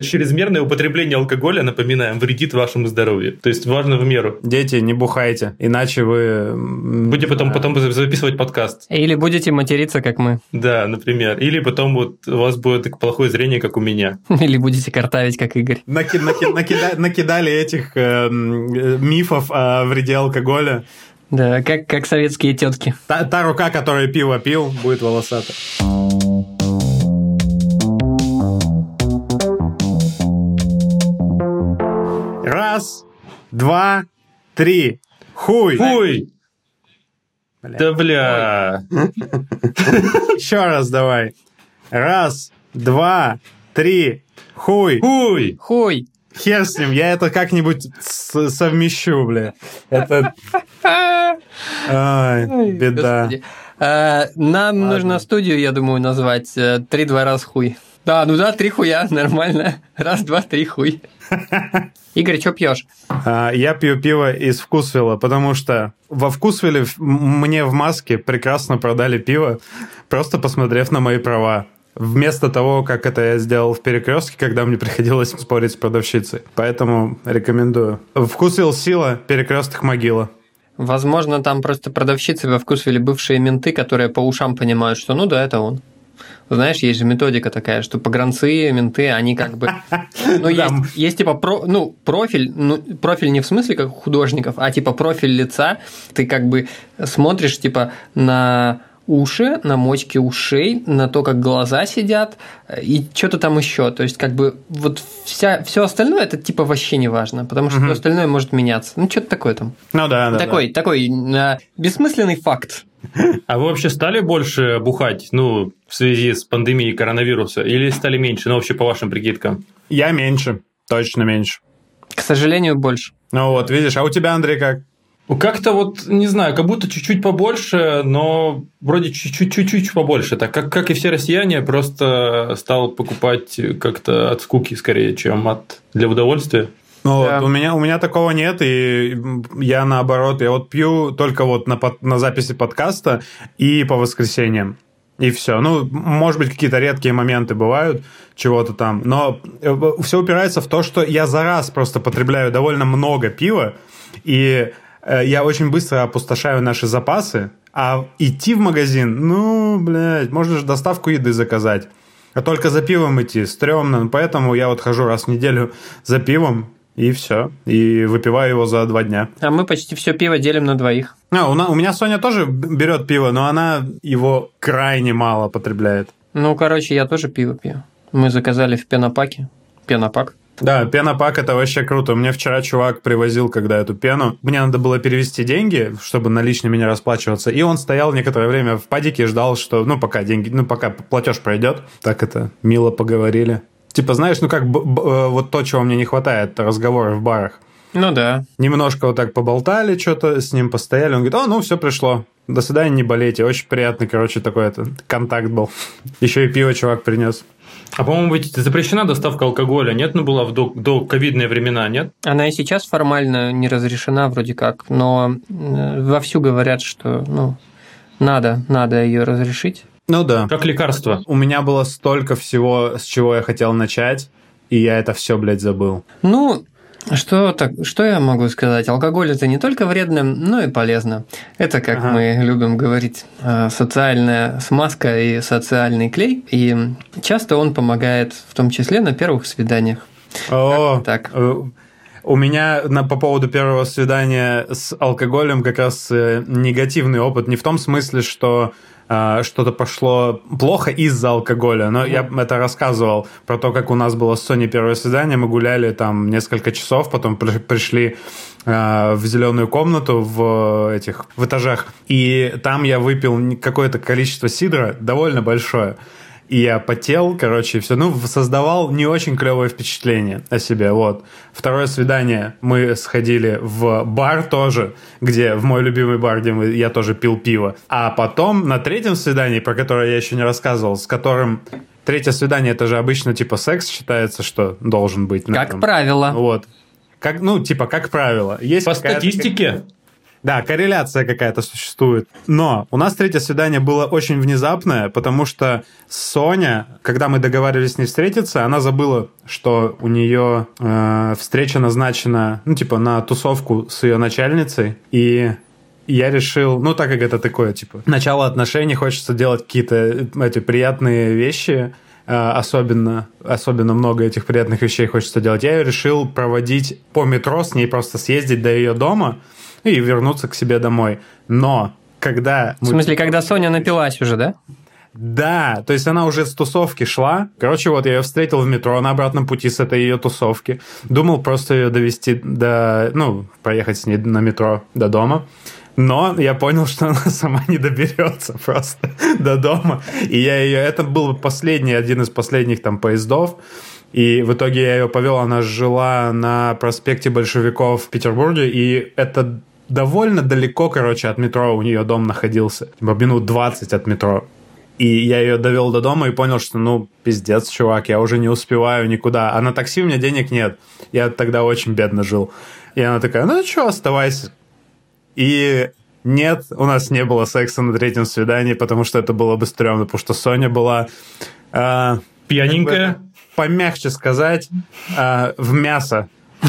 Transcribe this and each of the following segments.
Чрезмерное употребление алкоголя, напоминаем, вредит вашему здоровью. То есть важно в меру. Дети, не бухайте, иначе вы... Будете потом записывать подкаст. Или будете материться, как мы. Да, например. Или потом вот у вас будет плохое зрение, как у меня. Или будете картавить, как Игорь. Накидали этих мифов о вреде алкоголя. Да, как советские тетки. Та рука, которая пиво пил, будет волосата. Раз, два, три. Хуй. Хуй! Бля. Да бля. Еще раз давай. Раз, два, три. Хуй. Хуй! Хуй. Хер с ним, я это как-нибудь совмещу, бля. Это... Ай, беда. Господи. Нам нужно студию, я думаю, назвать 3-2 раз хуй. Да, 3 хуя, нормально. Раз, два, три хуй. Игорь, что пьешь? Я пью пиво из Вкусвилла, потому что во Вкусвилле мне в маске прекрасно продали пиво, просто посмотрев на мои права. Вместо того, как это я сделал в Перекрестке, когда мне приходилось спорить с продавщицей. Поэтому рекомендую. Вкусвилл сила, Перекресток могила. Возможно, там просто продавщицы во Вкусвилле бывшие менты, которые по ушам понимают, что ну да, это он. Знаешь, есть же методика такая, что погранцы, менты, они как бы... Ну, есть типа профиль, профиль не в смысле как у художников, а типа профиль лица. Ты как бы смотришь типа на уши, на мочки ушей, на то, как глаза сидят и что-то там еще. То есть как бы вот все остальное это типа вообще не важно, потому что все остальное может меняться. Ну, что-то такое там. Ну да. Такой бессмысленный факт. А вы вообще стали больше бухать, в связи с пандемией коронавируса, или стали меньше, вообще по вашим прикидкам? Я меньше, точно меньше. К сожалению, больше. Ну вот, видишь, а у тебя, Андрей, как? Как-то вот, не знаю, как будто чуть-чуть побольше, но вроде чуть-чуть побольше. Так как и все россияне, просто стал покупать как-то от скуки скорее, чем для удовольствия. Ну, Да. вот, у меня такого нет, и я наоборот, я вот пью только вот на записи подкаста и по воскресеньям. И все. Ну, может быть, какие-то редкие моменты бывают, чего-то там. Но все упирается в то, что я за раз просто потребляю довольно много пива, и я очень быстро опустошаю наши запасы, а идти в магазин, можно же доставку еды заказать. А только за пивом идти стрёмно. Поэтому я вот хожу раз в неделю за пивом, и все. И выпиваю его за 2 дня. А мы почти все пиво делим на 2. У меня Соня тоже берет пиво, но она его крайне мало потребляет. Я тоже пиво пью. Мы заказали в пенопаке. Пенопак. Да, пенопак – это вообще круто. Мне вчера чувак привозил, когда эту пену. Мне надо было перевести деньги, чтобы наличными не расплачиваться. И он стоял некоторое время в падике и ждал, что, пока платеж пройдет. Так это мило поговорили. Типа, знаешь, вот то, чего мне не хватает, разговоры в барах. Ну да. Немножко вот так поболтали, что-то с ним постояли. Он говорит, все пришло. До свидания, не болейте. Очень приятный, такой контакт был. Еще и пиво чувак принес. А, по-моему, ведь запрещена доставка алкоголя, нет? Была до ковидные времена, нет? Она и сейчас формально не разрешена вроде как, но вовсю говорят, что надо ее разрешить. Ну да. Как лекарство. У меня было столько всего, с чего я хотел начать, и я это все, забыл. Что я могу сказать? Алкоголь – это не только вредно, но и полезно. Это, как мы любим говорить, социальная смазка и социальный клей. И часто он помогает, в том числе на первых свиданиях. Так. У меня по поводу первого свидания с алкоголем как раз негативный опыт. Не в том смысле, что что-то пошло плохо из-за алкоголя, но я это рассказывал про то, как у нас было с Соней первое свидание, мы гуляли там несколько часов, потом пришли в зеленую комнату в этажах, и там я выпил какое-то количество сидра, довольно большое, и я потел, все, создавал не очень клевое впечатление о себе, вот. Второе свидание мы сходили в бар тоже, в мой любимый бар, где я тоже пил пиво. А потом на третьем свидании, про которое я еще не рассказывал, с которым... Третье свидание, это же обычно секс считается, что должен быть. Как правило. Вот. Как правило. Есть по статистике? Да, корреляция какая-то существует. Но у нас третье свидание было очень внезапное, потому что Соня, когда мы договаривались с ней встретиться, она забыла, что у нее встреча назначена, на тусовку с ее начальницей. И я решил, так как это такое, начало отношений, хочется делать какие-то эти приятные вещи, особенно много этих приятных вещей хочется делать. Я решил проводить по метро с ней, просто съездить до ее дома и вернуться к себе домой. Но когда... когда Соня напилась уже, да? Да, то есть она уже с тусовки шла. Короче, вот я ее встретил в метро на обратном пути с этой ее тусовки. Думал просто ее довести проехать с ней на метро до дома. Но я понял, что она сама не доберется просто до дома. И это был один из последних там поездов. И в итоге я ее повел, она жила на проспекте Большевиков в Петербурге, и это довольно далеко, от метро у нее дом находился. Минут 20 от метро. И я ее довел до дома и понял, что, пиздец, чувак, я уже не успеваю никуда. А на такси у меня денег нет. Я тогда очень бедно жил. И она такая, оставайся. И нет, у нас не было секса на третьем свидании, потому что это было бы стрёмно, потому что Соня была... пьяненькая? Помягче сказать, в мясо.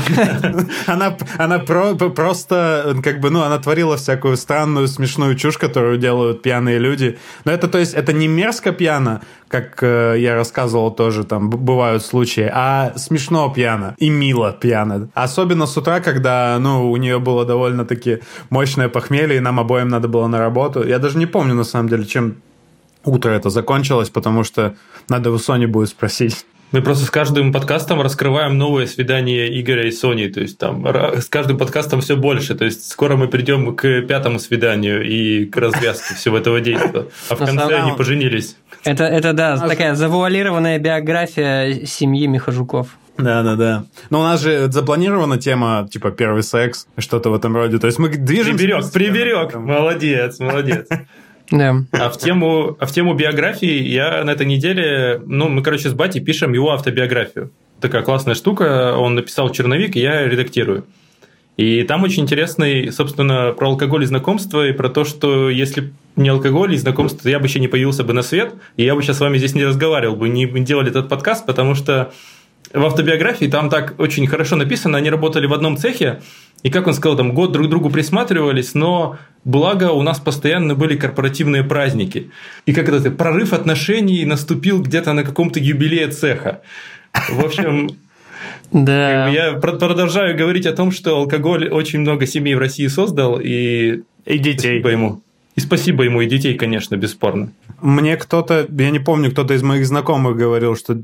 Она просто, она творила всякую странную, смешную чушь, которую делают пьяные люди. Но это не мерзко пьяно, как я рассказывал тоже, там бывают случаи, а смешно пьяно и мило пьяно. Особенно с утра, когда, у нее было довольно-таки мощное похмелье, и нам обоим надо было на работу. Я даже не помню, на самом деле, чем утро это закончилось, потому что надо у Сони будет спросить. Мы просто с каждым подкастом раскрываем новые свидания Игоря и Сони. То есть там с каждым подкастом все больше. То есть скоро мы придем к 5-му свиданию и к развязке всего этого действия. А в конце они поженились. Это такая завуалированная биография семьи Михажуков. Да. Но у нас же запланирована тема, первый секс, что-то в этом роде. То есть мы движемся... Приберег. Молодец. Да. А в тему биографии я на этой неделе... мы, с батей пишем его автобиографию. Такая классная штука. Он написал черновик, и я редактирую. И там очень интересный, собственно, про алкоголь и знакомство, и про то, что если не алкоголь и знакомство, то я бы еще не появился бы на свет, и я бы сейчас с вами здесь не разговаривал бы, не делали этот подкаст, потому что в автобиографии там так очень хорошо написано, они работали в одном цехе, и, как он сказал, там год друг к другу присматривались, но благо у нас постоянно были корпоративные праздники. И как это, прорыв отношений наступил где-то на каком-то юбилее цеха. В общем, да. Я продолжаю говорить о том, что алкоголь очень много семей в России создал, и детей. Спасибо ему, и детей, конечно, бесспорно. Мне я не помню, кто-то из моих знакомых говорил, что,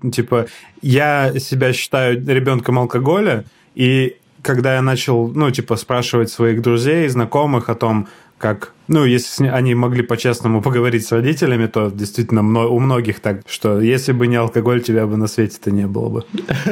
я себя считаю ребенком алкоголя, и когда я начал, спрашивать своих друзей, знакомых о том, как, если они могли по-честному поговорить с родителями, то действительно у многих так, что если бы не алкоголь, тебя бы на свете-то не было бы.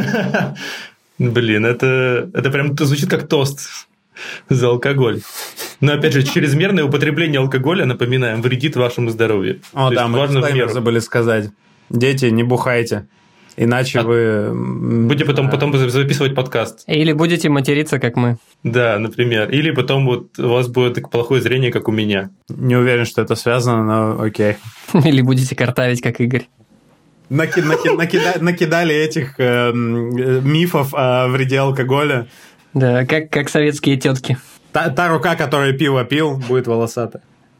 Блин, это прям звучит как тост за алкоголь. Но, опять же, чрезмерное употребление алкоголя, напоминаем, вредит вашему здоровью. О, да, мы забыли сказать. Дети, не бухайте. Иначе вы... Будете потом записывать подкаст. Или будете материться, как мы. Да, например. Или потом у вас будет плохое зрение, как у меня. Не уверен, что это связано, но окей. Или будете картавить, как Игорь. Накидали этих мифов о вреде алкоголя. Да, как советские тетки. Та рука, которая пиво пил, будет волосатая.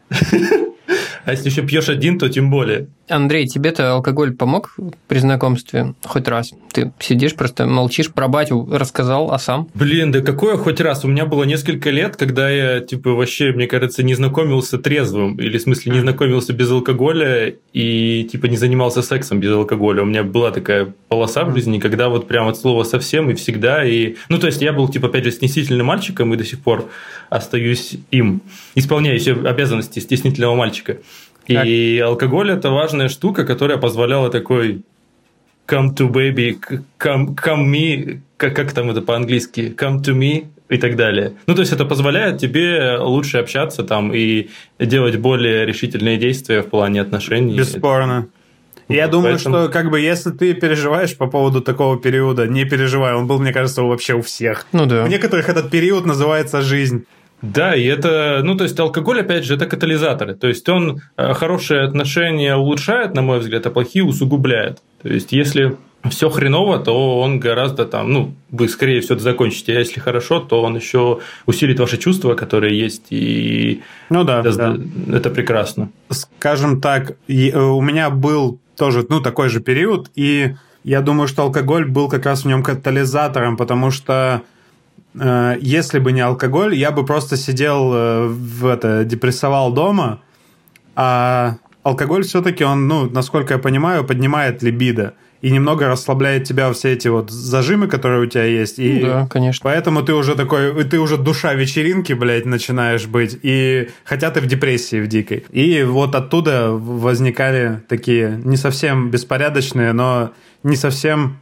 А если еще пьешь один, то тем более. Андрей, тебе-то алкоголь помог при знакомстве хоть раз? Ты сидишь, просто молчишь, про батю рассказал, а сам? Блин, да какое хоть раз? У меня было несколько лет, когда я, вообще, мне кажется, не знакомился трезвым. Или, в смысле, не знакомился без алкоголя и, не занимался сексом без алкоголя. У меня была такая полоса в жизни, когда вот прям от слова совсем и всегда. То есть, я был, опять же, стеснительным мальчиком и до сих пор остаюсь им. Исполняю все обязанности стеснительного мальчика. И алкоголь – это важная штука, которая позволяла такой come to baby, come me, как там это по-английски, come to me и так далее. То есть, это позволяет тебе лучше общаться там и делать более решительные действия в плане отношений. Бесспорно. Я думаю, что если ты переживаешь по поводу такого периода, не переживай, он был, мне кажется, вообще у всех. Ну да. У некоторых этот период называется жизнь. Да, и это, то есть алкоголь, опять же, это катализаторы. То есть он хорошие отношения улучшает, на мой взгляд, а плохие усугубляет. То есть если все хреново, то он гораздо вы скорее все это закончите. А если хорошо, то он еще усилит ваши чувства, которые есть, и это прекрасно. Скажем так, у меня был тоже такой же период, и я думаю, что алкоголь был как раз в нем катализатором, потому что если бы не алкоголь, я бы просто сидел депрессовал дома, а алкоголь все-таки он, насколько я понимаю, поднимает либидо и немного расслабляет тебя все эти вот зажимы, которые у тебя есть. И да, конечно. Поэтому ты уже душа вечеринки, блядь, начинаешь быть, и хотя ты в депрессии в дикой. И вот оттуда возникали такие не совсем беспорядочные, но не совсем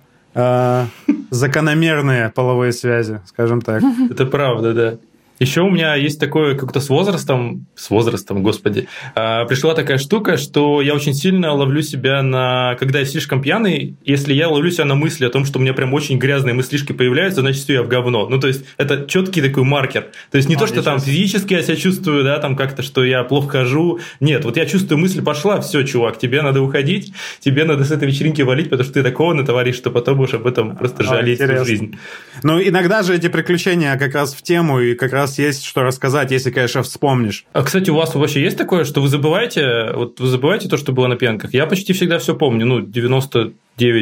закономерные половые связи, скажем так. Это правда, да. Еще у меня есть такое, как-то с возрастом, господи, пришла такая штука, что я очень сильно ловлю себя когда я слишком пьяный, если я ловлю себя на мысли о том, что у меня прям очень грязные мыслишки появляются, значит, все, я в говно. То есть, это четкий такой маркер. То есть, не то, что там физически я себя чувствую, да, там как-то, что я плохо хожу. Нет, вот я чувствую, мысль пошла, все, чувак, тебе надо уходить, тебе надо с этой вечеринки валить, потому что ты такого натворишь, что потом будешь об этом просто жалеть всю жизнь. Иногда же эти приключения как раз в тему, и как раз есть что рассказать, если, конечно, вспомнишь. А, кстати, у вас вообще есть такое, что вы забываете то, что было на пьянках? Я почти всегда все помню, 99%.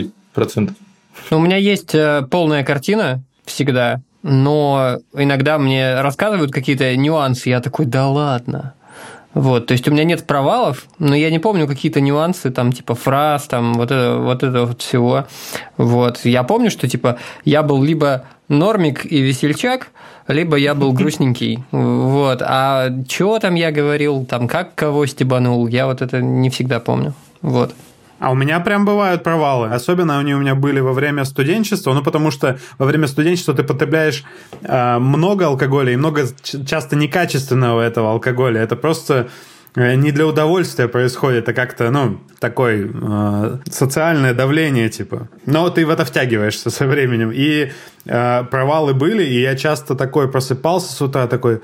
У меня есть полная картина всегда, но иногда мне рассказывают какие-то нюансы, я такой, да ладно. Вот, то есть у меня нет провалов, но я не помню какие-то нюансы, там, типа фраз, там, вот это всего. Вот, я помню, что, типа, я был либо нормик и весельчак, либо я был грустненький. Вот, а чего там я говорил, там, как кого стебанул, я вот это не всегда помню. Вот. А у меня прям бывают провалы. Особенно они у меня были во время студенчества, потому что во время студенчества ты потребляешь много алкоголя и много часто некачественного этого алкоголя. Это просто не для удовольствия происходит, а как-то, такое социальное давление, типа. Но ты в это втягиваешься со временем. И провалы были, и я часто такой просыпался с утра, такой...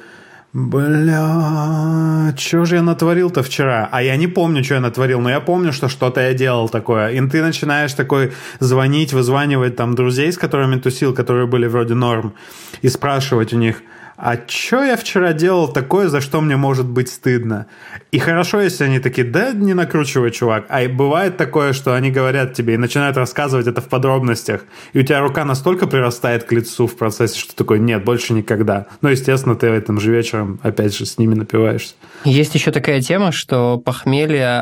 Бля, что же я натворил-то вчера? А я не помню, что я натворил, но я помню, что что-то я делал такое. И ты начинаешь такой вызванивать там друзей, с которыми тусил, которые были вроде норм, и спрашивать у них, а что я вчера делал такое, за что мне может быть стыдно? И хорошо, если они такие, да не накручивай, чувак. А и бывает такое, что они говорят тебе и начинают рассказывать это в подробностях. И у тебя рука настолько прирастает к лицу в процессе, что ты такой, нет, больше никогда. Естественно, ты этим же вечером опять же с ними напиваешься. Есть еще такая тема, что похмелье,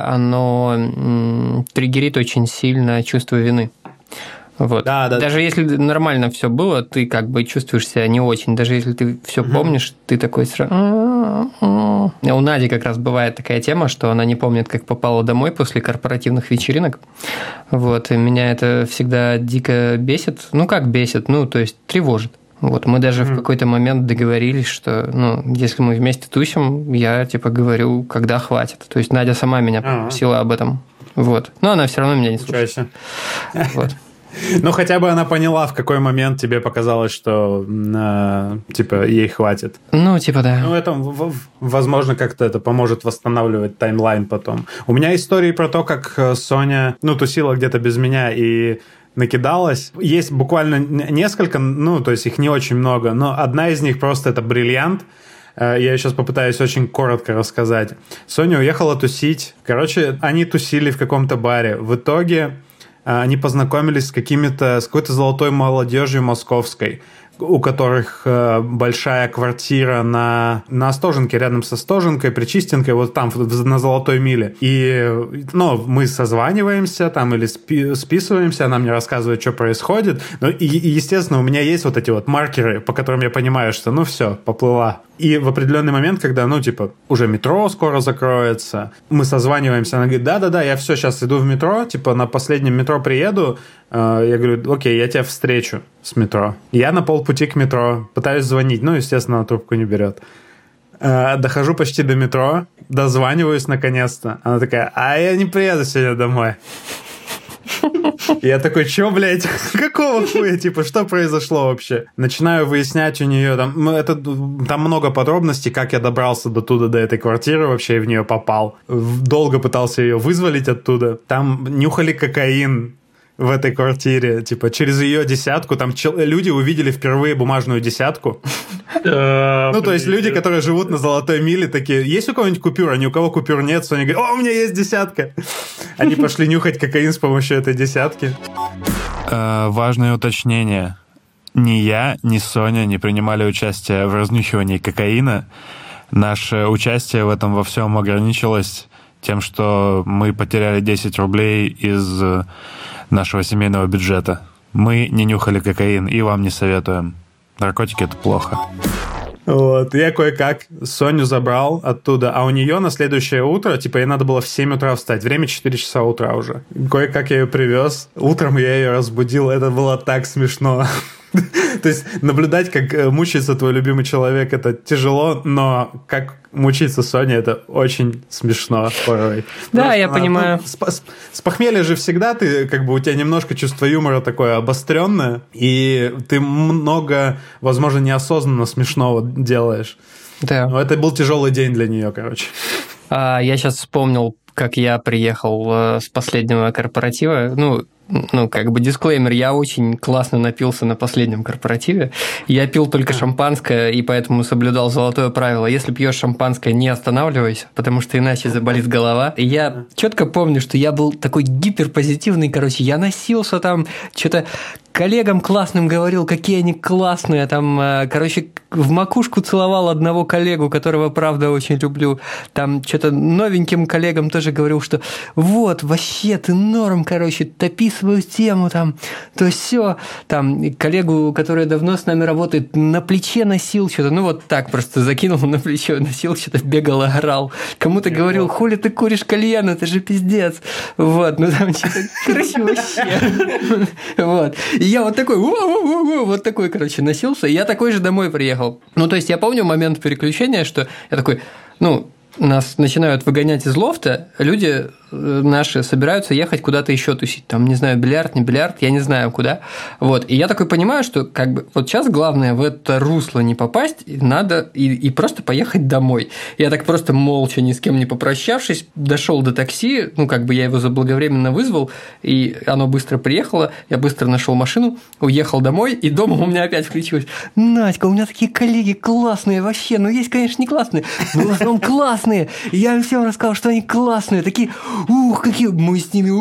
оно триггерит очень сильно чувство вины. Вот. Да. Даже если нормально все было, ты как бы чувствуешь себя не очень. Даже если ты все помнишь, ты такой сразу... У Нади как раз бывает такая тема, что она не помнит, как попала домой после корпоративных вечеринок. Вот. И меня это всегда дико бесит. Как бесит? То есть тревожит. Вот. Мы даже в какой-то момент договорились, что если мы вместе тусим, я говорю, когда хватит. То есть Надя сама меня попросила об этом. Вот. Но она все равно меня не слушает. Вот. Хотя бы она поняла, в какой момент тебе показалось, что, ей хватит. Да. Это, возможно, как-то это поможет восстанавливать таймлайн потом. У меня истории про то, как Соня, тусила где-то без меня и накидалась. Есть буквально несколько, то есть их не очень много, но одна из них просто это бриллиант. Я ее сейчас попытаюсь очень коротко рассказать. Соня уехала тусить. Короче, они тусили в каком-то баре. В итоге... они познакомились с какой-то золотой молодежью московской, у которых большая квартира на Остоженке, рядом со Остоженкой, Причистенкой, вот там, на Золотой миле. И, мы созваниваемся там или списываемся, она мне рассказывает, что происходит. И, естественно, у меня есть вот эти вот маркеры, по которым я понимаю, что, все, поплыла. И в определенный момент, когда, уже метро скоро закроется, мы созваниваемся, она говорит, да, я все, сейчас иду в метро, на последнем метро приеду, я говорю, окей, я тебя встречу с метро. Я на полпути к метро, пытаюсь звонить, естественно, она трубку не берет. Дохожу почти до метро, дозваниваюсь наконец-то. Она такая, а я не приеду сегодня домой. И я такой, чё, блядь, какого хуя, типа, что произошло вообще? Начинаю выяснять у нее, там много подробностей, как я добрался до этой квартиры вообще и в нее попал. Долго пытался ее вызволить оттуда. Там нюхали кокаин в этой квартире, типа, через ее десятку, там люди увидели впервые бумажную десятку. Ну, то есть люди, которые живут на золотой миле, такие, есть у кого-нибудь купюра? Ни у кого купюр нет. Соня говорит, о, у меня есть десятка. Они пошли нюхать кокаин с помощью этой десятки. Важное уточнение. Ни я, ни Соня не принимали участие в разнюхивании кокаина. Наше участие в этом во всем ограничилось тем, что мы потеряли 10 рублей из нашего семейного бюджета. Мы не нюхали кокаин и вам не советуем. Наркотики – это плохо. Вот, я кое-как Соню забрал оттуда, а у нее на следующее утро, типа, ей надо было в 7 утра встать, время 4 часа утра уже. Кое-как я ее привез, утром я ее разбудил, это было так смешно. То есть наблюдать, как мучается твой любимый человек, это тяжело, но как мучиться Соня, это очень смешно порой. Да, я понимаю. С похмелья же всегда ты, как бы, у тебя немножко чувство юмора такое обостренное, и ты много, возможно, неосознанно смешного делаешь. Да. Но это был тяжелый день для нее, короче. Я сейчас вспомнил, как я приехал с последнего корпоратива. Ну, как бы дисклеймер, я очень классно напился на последнем корпоративе. Я пил только шампанское, и поэтому соблюдал золотое правило. Если пьешь шампанское, не останавливайся, потому что иначе заболит голова. И я четко помню, что я был такой гиперпозитивный, короче, я носился там, что-то коллегам классным говорил, какие они классные, там, короче, в макушку целовал одного коллегу, которого, правда, очень люблю, там, что-то новеньким коллегам тоже говорил, что вот, вообще, ты норм, короче, топи свою тему, там, то все, там, коллегу, который давно с нами работает, на плече носил что-то, ну, вот так просто закинул на плечо, носил что-то, бегал, орал, кому-то говорил, хули ты куришь кальян, это же пиздец, вот, ну, там, что-то, короче, вообще, вот. И я вот такой, вот такой, короче, носился, и я такой же домой приехал. Ну, то есть, я помню момент переключения, что я такой, нас начинают выгонять из лофта, люди наши собираются ехать куда-то еще тусить, там, не знаю, бильярд, не бильярд, я не знаю куда, вот, и я такой понимаю, что, как бы, вот сейчас главное в это русло не попасть, надо и просто поехать домой. Я так просто молча, ни с кем не попрощавшись, дошел до такси, как бы я его заблаговременно вызвал, и оно быстро приехало, я быстро нашел машину, уехал домой, и дома у меня опять включилось, Надька, у меня такие коллеги классные вообще, есть, конечно, не классные, но в основном классные, и я им всем рассказал, что они классные, такие, какие мы с ними,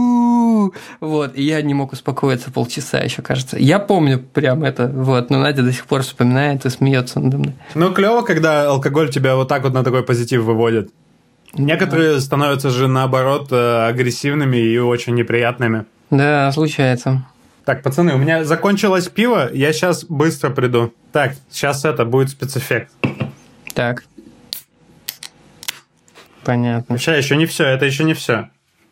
вот, и я не мог успокоиться полчаса еще, кажется. Я помню прям это, вот, но Надя до сих пор вспоминает и смеется надо мной. Клево, когда алкоголь тебя вот так вот на такой позитив выводит. Некоторые становятся же, наоборот, агрессивными и очень неприятными. Да, случается. Так, пацаны, у меня закончилось пиво, я сейчас быстро приду. Так, сейчас будет спецэффект. Так. Понятно. Вообще, еще не все, это еще не все.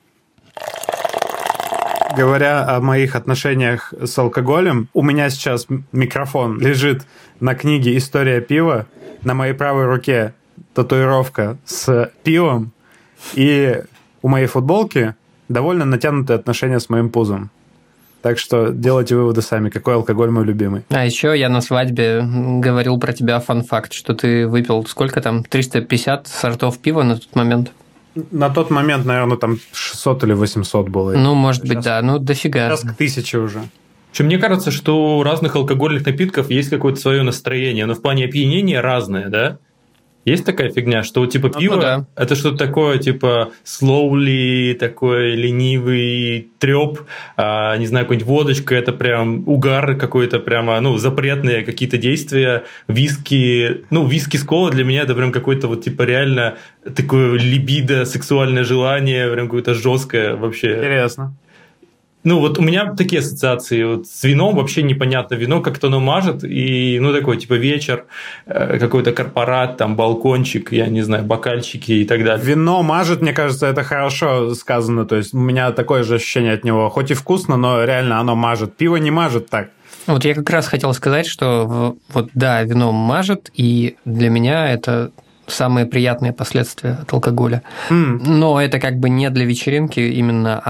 Говоря о моих отношениях с алкоголем, у меня сейчас микрофон лежит на книге «История пива», на моей правой руке татуировка с пивом, и у моей футболки довольно натянутые отношения с моим пузом. Так что делайте выводы сами, какой алкоголь мой любимый. А еще я на свадьбе говорил про тебя фан-факт, что ты выпил сколько там, 350 сортов пива на тот момент? На тот момент, наверное, там 600 или 800 было. Может быть, да, дофига. Сейчас к 1000 уже. Мне кажется, что у разных алкогольных напитков есть какое-то свое настроение, но в плане опьянения разное, да? Есть такая фигня, что типа пиво да. Это что-то такое, типа slowly, такой ленивый треп, не знаю, какой-нибудь водочка, это прям угар какой-то, прямо, запретные какие-то действия, виски с колой для меня это прям какой-то вот типа реально такое либидо, сексуальное желание, прям какое-то жесткое вообще. Интересно. Вот у меня такие ассоциации. Вот с вином вообще непонятно. Вино как-то оно мажет, и такой типа вечер, какой-то корпорат, там балкончик, я не знаю, бокальчики и так далее. Вино мажет, мне кажется, это хорошо сказано. То есть у меня такое же ощущение от него. Хоть и вкусно, но реально оно мажет. Пиво не мажет так. Вот я как раз хотел сказать, что да, вино мажет, и для меня это самые приятные последствия от алкоголя. Но это как бы не для вечеринки именно, а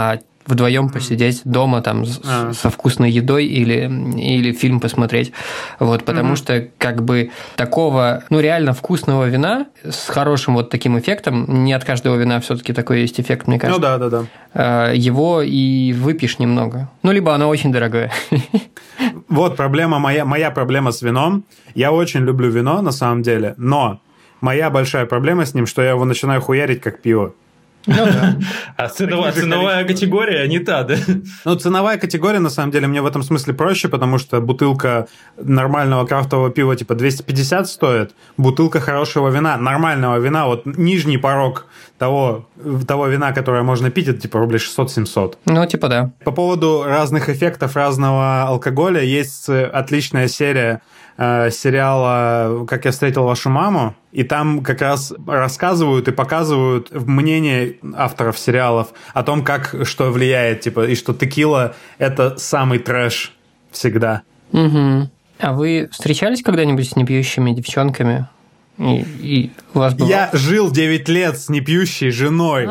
вдвоем посидеть дома там со вкусной едой или фильм посмотреть. Вот, потому что как бы такого, реально вкусного вина с хорошим вот таким эффектом, не от каждого вина все-таки такой есть эффект, мне кажется. Ну да. Его и выпьешь немного. Либо оно очень дорогое. Вот проблема моя проблема с вином. Я очень люблю вино, на самом деле, но моя большая проблема с ним, что я его начинаю хуярить как пиво. Да. А ценовая категория не та, да? Ценовая категория, на самом деле, мне в этом смысле проще, потому что бутылка нормального крафтового пива типа 250 стоит, бутылка хорошего вина, нормального вина, вот нижний порог того вина, которое можно пить, это типа рублей 600-700. Да. По поводу разных эффектов разного алкоголя есть отличная серия сериала «Как я встретил вашу маму», и там как раз рассказывают и показывают мнение авторов сериалов о том, что влияет, и что текила – это самый трэш всегда. Угу. А вы встречались когда-нибудь с непьющими девчонками? И у вас было... Я жил 9 лет с непьющей женой.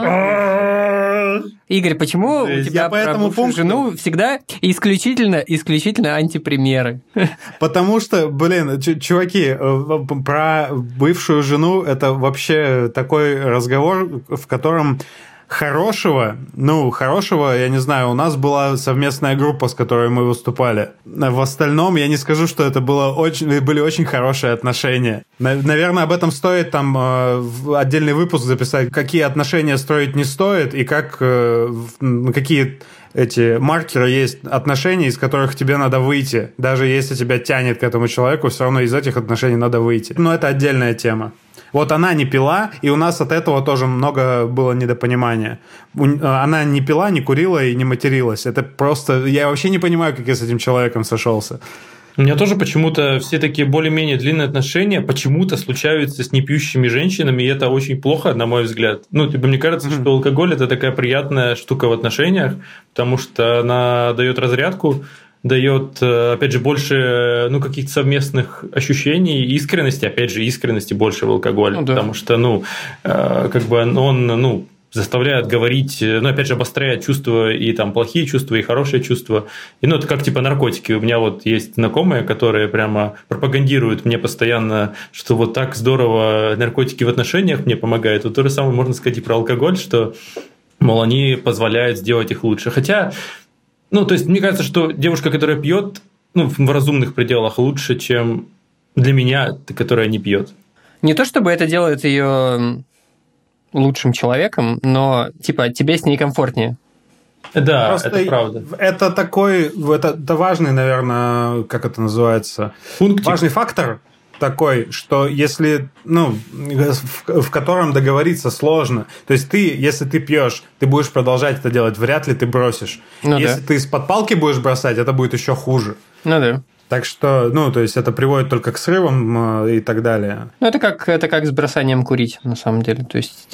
Игорь, почему у тебя про бывшую жену всегда исключительно антипримеры? Потому что, чуваки, про бывшую жену это вообще такой разговор, в котором хорошего, я не знаю, у нас была совместная группа, с которой мы выступали. В остальном я не скажу, что это были очень хорошие отношения. Наверное, об этом стоит там отдельный выпуск записать, какие отношения строить не стоит, и какие эти маркеры есть отношений, из которых тебе надо выйти. Даже если тебя тянет к этому человеку, все равно из этих отношений надо выйти. Но это отдельная тема. Вот она не пила, и у нас от этого тоже много было недопонимания. Она не пила, не курила и не материлась. Это просто... Я вообще не понимаю, как я с этим человеком сошелся. У меня тоже почему-то все такие более-менее длинные отношения почему-то случаются с непьющими женщинами, и это очень плохо, на мой взгляд. Мне кажется, что алкоголь – это такая приятная штука в отношениях, потому что она дает разрядку, дает, опять же, больше каких-то совместных ощущений, искренности, опять же, искренности больше в алкоголе, потому что, он заставляет говорить, опять же, обостряет чувства, и там плохие чувства, и хорошие чувства. И это как типа наркотики. У меня вот есть знакомые, которые прямо пропагандируют мне постоянно, что вот так здорово наркотики в отношениях мне помогают. Вот то же самое можно сказать и про алкоголь, что, мол, они позволяют сделать их лучше. Хотя... то есть, мне кажется, что девушка, которая пьет, в разумных пределах лучше, чем для меня, которая не пьет. Не то чтобы это делает ее лучшим человеком, но тебе с ней комфортнее. Да, просто это правда. Это важный, наверное, как это называется? Пунктик. Важный фактор такой, что если, в котором договориться сложно. То есть если ты пьешь, ты будешь продолжать это делать, вряд ли ты бросишь. Если ты из-под палки будешь бросать, это будет еще хуже. Да. Так что, то есть это приводит только к срывам и так далее. Это как с бросанием курить, на самом деле. То есть,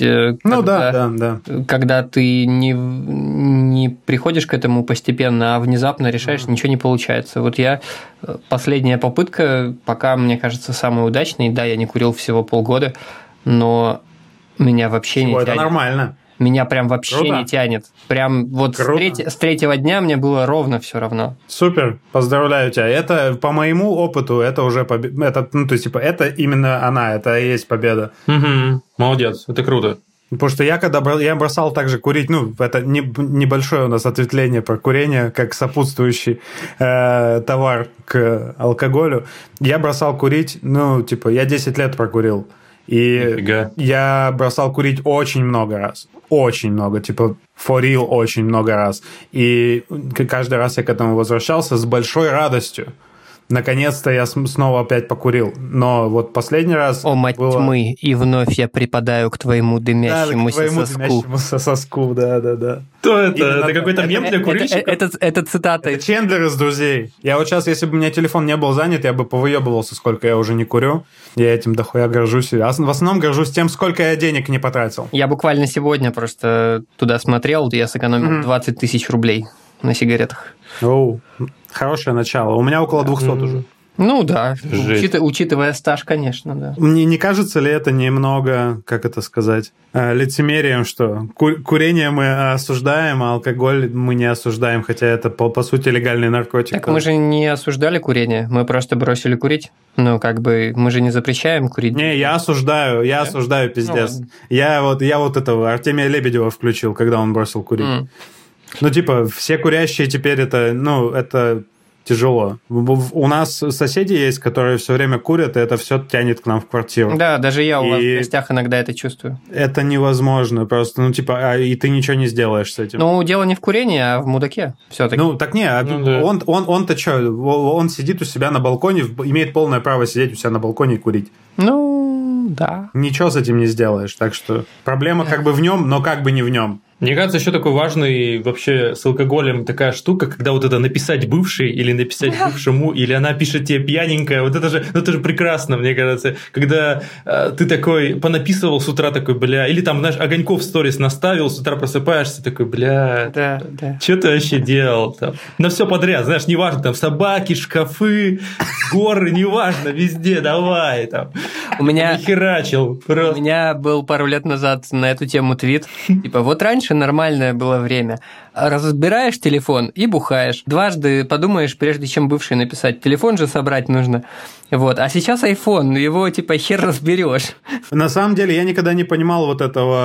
когда ты не приходишь к этому постепенно, а внезапно решаешь, ничего не получается. Вот последняя попытка, пока, мне кажется, самая удачная. Да, я не курил всего полгода, но меня вообще не тянет. Это нормально. Меня прям вообще не тянет. Прям вот с третьего дня мне было ровно все равно. Супер, поздравляю тебя. Это, по моему опыту, это уже победа. Это именно она, это и есть победа. Угу. Молодец, это круто. Потому что я бросал также курить, это небольшое у нас ответвление про курение, как сопутствующий товар к алкоголю. Я бросал курить, я 10 лет прокурил. И Нифига. Я бросал курить очень много раз. Очень много. For real, очень много раз. И каждый раз я к этому возвращался с большой радостью. Наконец-то я снова опять покурил. Но вот последний раз... О, мать тьмы, и вновь я припадаю к твоему дымящемуся соску. Дымящемуся соску, да. Кто это? Это какой-то мем для курильщиков? Это цитата. Это Чендлер из «Друзей». Я вот сейчас, если бы у меня телефон не был занят, я бы повыебывался, сколько я уже не курю. Я этим дохуя горжусь. В основном горжусь тем, сколько я денег не потратил. Я буквально сегодня просто туда смотрел, я сэкономил 20 тысяч рублей на сигаретах. Хорошее начало. У меня около 200 уже. Ну да, Жесть. учитывая стаж, конечно, да. Мне не кажется ли это немного, как это сказать, лицемерием, что курение мы осуждаем, а алкоголь мы не осуждаем, хотя это, по сути, легальный наркотик. Так мы же не осуждали курение, мы просто бросили курить. Ну, как бы, мы же не запрещаем курить. Не, я осуждаю, пиздец. Ну, я вот этого Артемия Лебедева включил, когда он бросил курить. Ну, типа, все курящие теперь это тяжело. У нас соседи есть, которые все время курят, и это все тянет к нам в квартиру. Да, даже я у вас в гостях иногда это чувствую. Это невозможно просто. Ну, типа, и ты ничего не сделаешь с этим. Ну, дело не в курении, а в мудаке все-таки. Ну, так не, да. он-то что? Он сидит у себя на балконе, имеет полное право сидеть у себя на балконе и курить. Ну, да. Ничего с этим не сделаешь. Так что проблема как бы в нем, но как бы не в нем. Мне кажется, еще такой важный вообще с алкоголем такая штука, когда вот это написать бывший или написать бывшему, или она пишет тебе пьяненькая, вот это же прекрасно, мне кажется, когда ты такой понаписывал с утра такой, бля, или там, знаешь, огоньков в сторис наставил, с утра просыпаешься такой, бля, Да. что ты вообще делал там? На все подряд, знаешь, неважно, там собаки, шкафы, горы, неважно, везде, давай там. У меня херачил. У меня был пару лет назад на эту тему твит. Типа, вот раньше нормальное было время. Разбираешь телефон и бухаешь. Дважды подумаешь, прежде чем бывший написать. Телефон же собрать нужно. Вот. А сейчас iPhone, его типа хер разберешь. На самом деле я никогда не понимал вот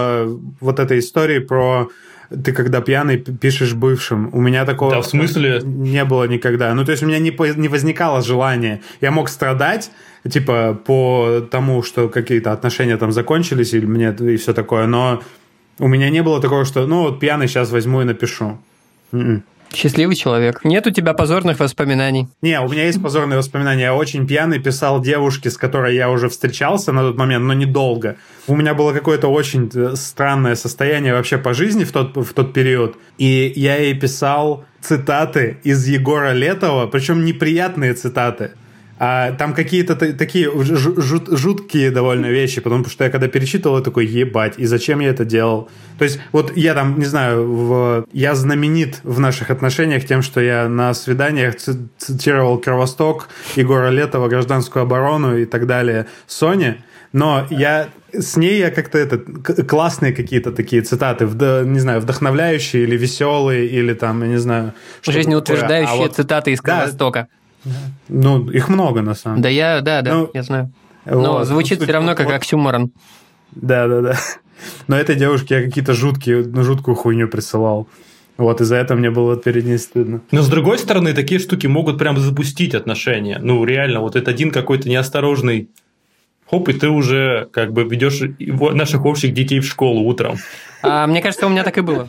этой истории про ты когда пьяный пишешь бывшим. У меня такого да, в смысле? Не было никогда. Ну, то есть у меня не возникало желания. Я мог страдать, типа, по тому, что какие-то отношения там закончились, или мне и все такое, но у меня не было такого, что, ну, вот пьяный сейчас возьму и напишу. Счастливый человек. Нет у тебя позорных воспоминаний? Не, у меня есть позорные воспоминания. Я очень пьяный писал девушке, с которой я уже встречался на тот момент, но недолго. У меня было какое-то очень странное состояние вообще по жизни в тот период. И я ей писал цитаты из Егора Летова, причем неприятные цитаты. А там какие-то такие жуткие довольно вещи, потому что я когда перечитывал, я такой, ебать, и зачем я это делал? То есть вот я там, не знаю, я знаменит в наших отношениях тем, что я на свиданиях цитировал «Кровосток», Егора Летова, «Гражданскую оборону» и так далее, Соне, но с ней я как-то классные какие-то такие цитаты, не знаю, вдохновляющие или веселые, или там, я не знаю... Жизнеутверждающие цитаты из «Кровостока». Ну, их много, на самом деле. Да, я знаю. Но звучит все равно как оксюморон. Да. Но этой девушке я какие-то жуткую хуйню присылал. Вот, из-за этого мне было перед ней стыдно. Но, с другой стороны, такие штуки могут прям запустить отношения. Ну, реально, вот это один какой-то неосторожный хоп, и ты уже как бы ведешь наших общих детей в школу утром. Мне кажется, у меня так и было.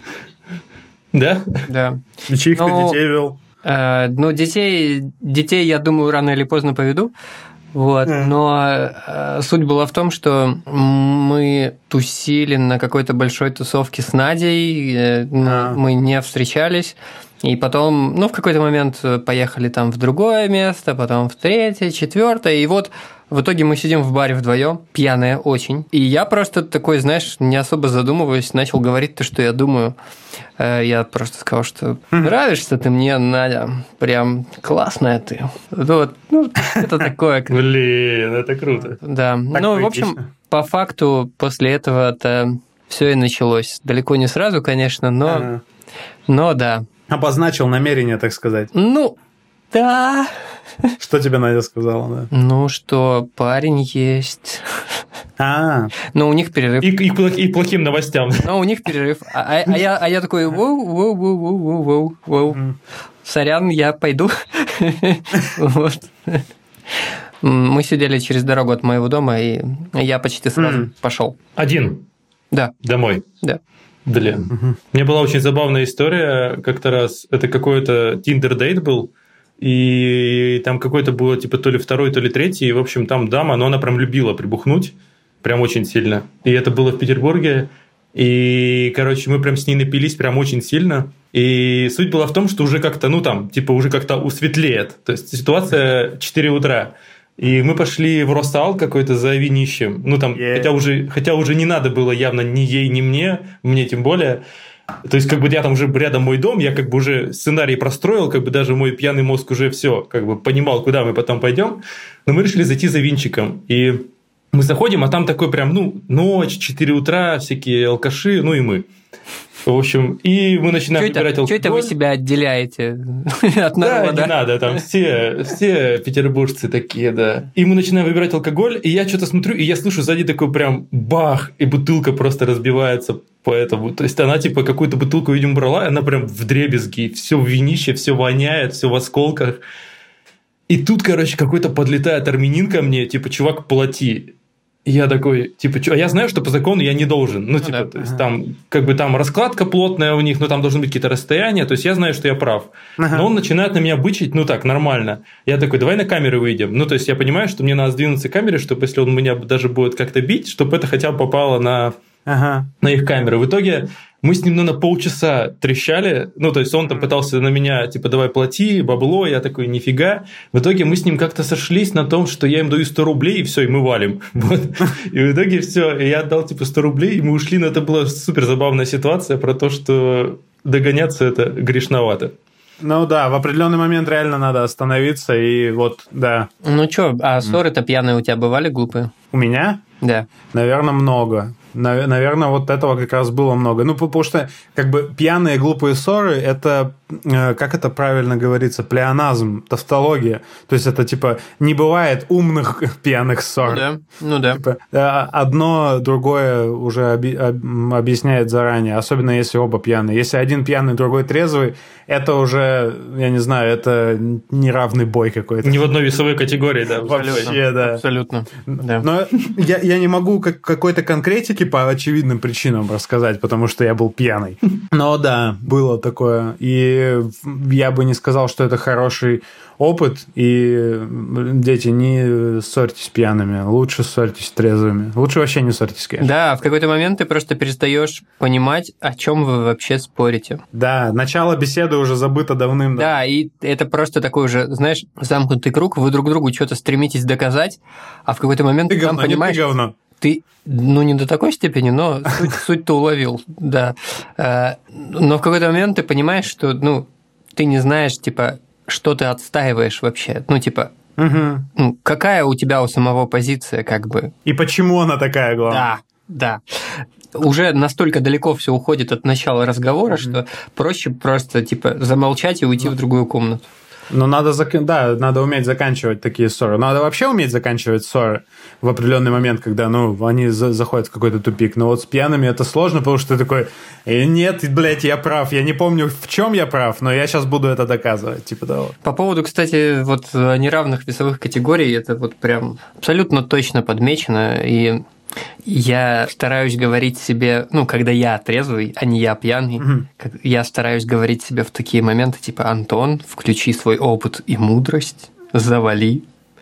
Да? Да. И чьих ты детей вел? Ну, детей, я думаю, рано или поздно поведу. Вот. Но суть была в том, что мы тусили на какой-то большой тусовке с Надей, мы не встречались. И потом, в какой-то момент поехали там в другое место, потом в третье, четвертое. И вот в итоге мы сидим в баре вдвоем, пьяные очень. И я просто такой, знаешь, не особо задумываясь, начал говорить то, что я думаю. Я просто сказал, что нравишься ты мне, Надя, прям классная ты. Вот, это такое. Блин, это круто. Да, в общем, по факту после этого-то все и началось. Далеко не сразу, конечно, но да. Обозначил намерение, так сказать. Да. Что тебе Надя сказала, да? Что парень есть. Но у них перерыв. И плохим новостям. Но у них перерыв. А я такой, воу. Сорян, я пойду. Вот. Мы сидели через дорогу от моего дома, и я почти сразу пошел. Один? Да. Домой? Да. Блин. Мне была очень забавная история как-то раз. Это какой-то Tinder-дейт был, и там какой-то было типа то ли второй, то ли третий, и, в общем, там дама, но она прям любила прибухнуть, прям очень сильно. И это было в Петербурге, и, короче, мы прям с ней напились прям очень сильно. И суть была в том, что уже как-то, уже как-то усветлеет. То есть ситуация 4 утра. И мы пошли в Росал какой-то за винищем. Хотя уже не надо было явно ни ей, ни мне тем более. То есть, как бы я там уже рядом мой дом, я как бы уже сценарий простроил, как бы даже мой пьяный мозг уже все, как бы понимал, куда мы потом пойдем. Но мы решили зайти за винчиком. И мы заходим, а там такой прям, ночь, 4 утра, всякие алкаши, и мы. В общем, и мы начинаем выбирать алкоголь. Что это вы себя отделяете от народа? Да, не надо, там все петербуржцы такие, да. И мы начинаем выбирать алкоголь, и я что-то смотрю, и я слышу сзади такой прям бах, и бутылка просто разбивается по этому. То есть она типа какую-то бутылку, видимо, брала, и она прям вдребезги, все в винище, все воняет, все в осколках. И тут, короче, какой-то подлетает армянин ко мне, типа, чувак, плати. И я такой, типа, а я знаю, что по закону я не должен. То есть там, как бы там раскладка плотная у них, но там должны быть какие-то расстояния, то есть я знаю, что я прав. Но он начинает на меня бычить, так, нормально. Я такой, давай на камеры выйдем. То есть я понимаю, что мне надо сдвинуться к камере, чтобы если он меня даже будет как-то бить, чтобы это хотя бы попало на их камеры. В итоге мы с ним, на полчаса трещали, то есть он там пытался на меня, типа, давай плати, бабло, я такой, нифига. В итоге мы с ним как-то сошлись на том, что я им даю 100 рублей, и все, и мы валим. Вот. И в итоге все, и я отдал, типа, 100 рублей, и мы ушли, но это была супер забавная ситуация про то, что догоняться это грешновато. Да, в определенный момент реально надо остановиться, и да. А ссоры-то пьяные у тебя бывали глупые? У меня? Да. Наверное, много. Наверное, вот этого как раз было много. Потому что, как бы, пьяные глупые ссоры – это, как это правильно говорится, плеоназм, тавтология. То есть, это, типа, не бывает умных пьяных ссор. Да. Типа, одно другое уже объясняет заранее, особенно если оба пьяные. Если один пьяный, другой трезвый, это уже, я не знаю, это неравный бой какой-то. Не в одной весовой категории, да. Вообще, да. Абсолютно. Да. Но я не могу какой-то конкретики по очевидным причинам рассказать, потому что я был пьяный. Но да, было такое. И я бы не сказал, что это хороший опыт. И, дети, не ссорьтесь пьяными. Лучше ссорьтесь трезвыми. Лучше вообще не ссорьтесь, конечно. Да, в какой-то момент ты просто перестаешь понимать, о чем вы вообще спорите. Да, начало беседы уже забыто давным-давно. Да, и это просто такой уже, знаешь, замкнутый круг. Вы друг другу что-то стремитесь доказать, а в какой-то момент ты сам понимаешь... Ты, не до такой степени, но суть-то уловил, да. Но в какой-то момент ты понимаешь, что, ты не знаешь, типа, что ты отстаиваешь вообще. Какая у тебя у самого позиция, как бы. И почему она такая, главное. Да. Уже настолько далеко все уходит от начала разговора, что проще просто, типа, замолчать и уйти в другую комнату. Но надо уметь заканчивать такие ссоры. Надо вообще уметь заканчивать ссоры в определенный момент, когда, они заходят в какой-то тупик. Но вот с пьяными это сложно, потому что ты такой, нет, блядь, я прав. Я не помню, в чем я прав, но я сейчас буду это доказывать. Типа того. По поводу, кстати, вот неравных весовых категорий, это вот прям абсолютно точно подмечено. И я стараюсь говорить себе, когда я трезвый, а не я пьяный, я стараюсь говорить себе в такие моменты, типа, Антон, включи свой опыт и мудрость, завали.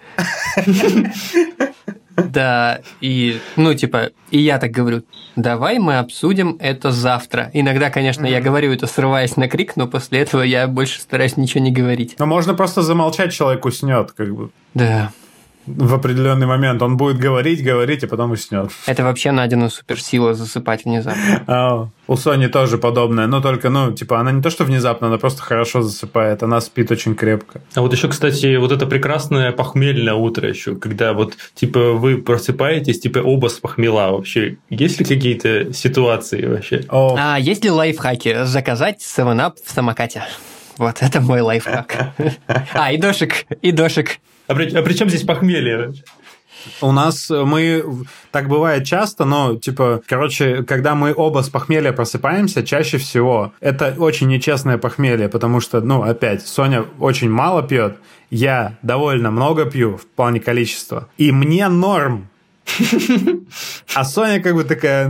Да, и, и я так говорю, давай мы обсудим это завтра. Иногда, конечно, я говорю это, срываясь на крик, но после этого я больше стараюсь ничего не говорить. Но можно просто замолчать, человек уснет, как бы. Да. В определенный момент он будет говорить, а потом уснет. Это вообще Надина суперсила засыпать внезапно. У Сони тоже подобное, но только, она не то что внезапно, она просто хорошо засыпает, она спит очень крепко. А вот еще, кстати, вот это прекрасное похмельное утро еще, когда вот, вы просыпаетесь, оба с похмела вообще. Есть ли какие-то ситуации вообще? Есть ли лайфхаки? Заказать 7-Up в самокате. Вот, это мой лайфхак. И дошик. А при чем здесь похмелье? У нас так бывает часто, но, когда мы оба с похмелья просыпаемся, чаще всего это очень нечестное похмелье, потому что, опять, Соня очень мало пьет, я довольно много пью в плане количества, и мне норм. А Соня как бы такая,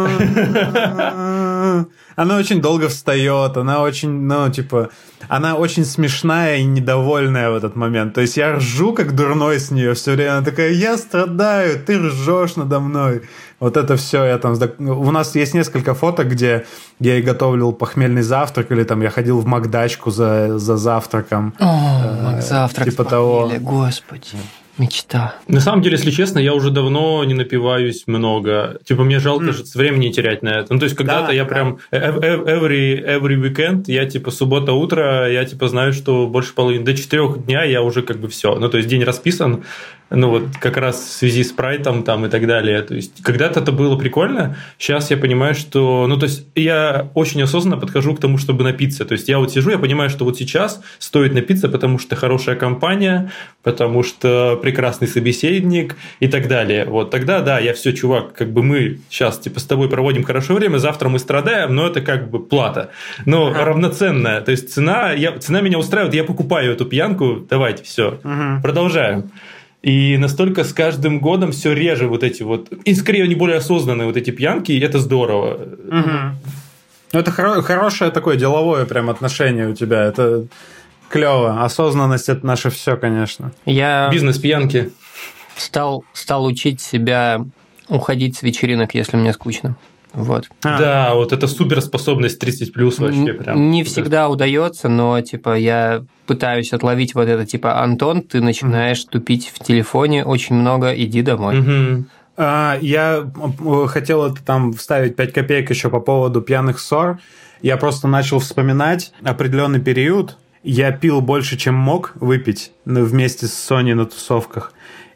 она очень долго встает, она очень, она очень смешная и недовольная в этот момент. То есть я ржу как дурной с нее все время. Она такая, я страдаю, ты ржешь надо мной. Вот это все. У нас есть несколько фоток, где я ей готовил похмельный завтрак, или я ходил в Макдачку за завтраком. Завтрак типа того. Господи. Мечта. На самом деле, если честно, я уже давно не напиваюсь много. Типа, мне жалко же времени терять на это. Ну, то есть, когда-то я прям every weekend, я типа суббота утро, я типа знаю, что больше половины, до 4 дня я уже как бы все. Ну, то есть, день расписан, ну, вот как раз в связи с прайтом там и так далее. То есть, когда-то это было прикольно, сейчас я понимаю, что... Ну, то есть, я очень осознанно подхожу к тому, чтобы напиться. То есть, я вот сижу, я понимаю, что вот сейчас стоит напиться, потому что хорошая компания, потому что прекрасный собеседник и так далее. Вот тогда, да, я все, чувак, как бы мы сейчас типа с тобой проводим хорошее время, завтра мы страдаем, но это как бы плата. Но равноценная. То есть, цена меня устраивает, я покупаю эту пьянку, давайте, все, продолжаем. И настолько с каждым годом все реже вот эти вот, и скорее они более осознанные вот эти пьянки, и это здорово. Ну, это хорошее такое деловое прям отношение у тебя, это клево. Осознанность – это наше все, конечно. Я бизнес-пьянки. Стал учить себя уходить с вечеринок, если мне скучно. Вот. Да, вот это суперспособность 30+ вообще прям. Не всегда удается, но типа я пытаюсь отловить вот это, типа, Антон, ты начинаешь тупить в телефоне очень много, иди домой. Я хотел это там вставить 5 копеек еще по поводу пьяных ссор. Я просто начал вспоминать определенный период. Я пил больше, чем мог выпить вместе с Соней на тусовках.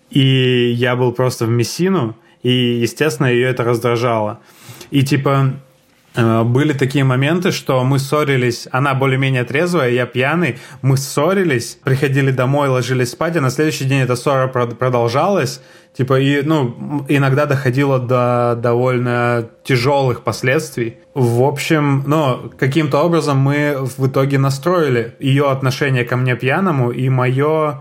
И я был просто в мессину, и, естественно, ее это раздражало. И, типа, были такие моменты, что мы ссорились, она более-менее трезвая, я пьяный, мы ссорились, приходили домой, ложились спать, а на следующий день эта ссора продолжалась, типа, и, ну, иногда доходило до довольно тяжелых последствий. В общем, ну, каким-то образом мы в итоге настроили ее отношение ко мне пьяному и мое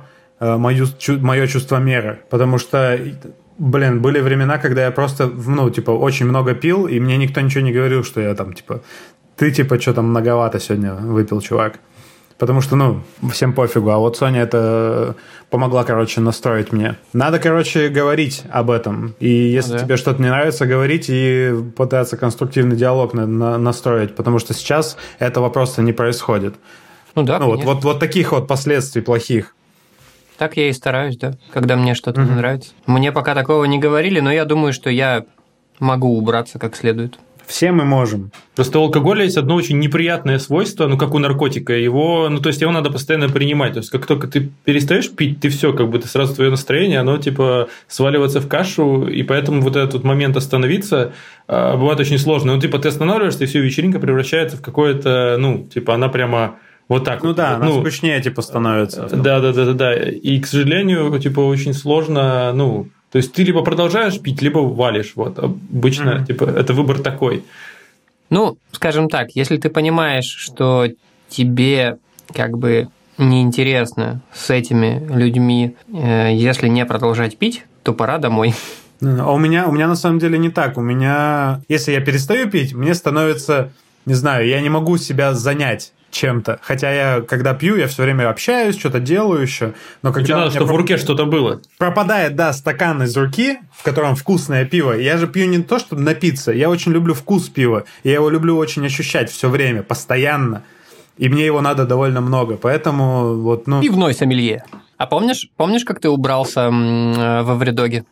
чувство меры, потому что... Блин, были времена, когда я просто, ну, типа, очень много пил, и мне никто ничего не говорил, что я там, типа, ты, типа, что там многовато сегодня выпил, чувак. Потому что, ну, всем пофигу. А вот Соня это помогла, короче, настроить мне. Надо, короче, говорить об этом. И если тебе что-то не нравится, говорить и пытаться конструктивный диалог настроить. Потому что сейчас этого просто не происходит. Ну да, ну, вот таких вот последствий плохих. Так я и стараюсь, да, когда мне что-то не нравится. Мне пока такого не говорили, но я думаю, что я могу убраться как следует. Все мы можем. Просто у алкоголя есть одно очень неприятное свойство, ну, как у наркотика. Его надо постоянно принимать. То есть, как только ты перестаешь пить, ты все, как бы ты сразу твое настроение, оно типа сваливается в кашу, и поэтому вот этот момент остановиться бывает очень сложно. Ну, типа, ты останавливаешься, и все, вечеринка превращается в какое-то, ну, типа, она прямо... Вот так. Ну вот. Да, она скучнее, типа, становится. Да. И, к сожалению, типа, очень сложно, ну, то есть ты либо продолжаешь пить, либо валишь. Вот. Обычно, типа, это выбор такой. Ну, скажем так, если ты понимаешь, что тебе как бы неинтересно с этими людьми, если не продолжать пить, то пора домой. А у меня на самом деле не так. У меня, если я перестаю пить, мне становится, не знаю, я не могу себя занять чем-то. Хотя я, когда пью, я все время общаюсь, что-то делаю еще. Но когда надо, чтобы в руке что-то было. Пропадает, да, стакан из руки, в котором вкусное пиво. Я же пью не то, чтобы напиться. Я очень люблю вкус пива. Я его люблю очень ощущать все время, постоянно. И мне его надо довольно много. Поэтому вот, ну... Пивной сомелье. А помнишь, как ты убрался во Вредоге?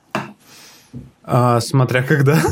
Смотря когда...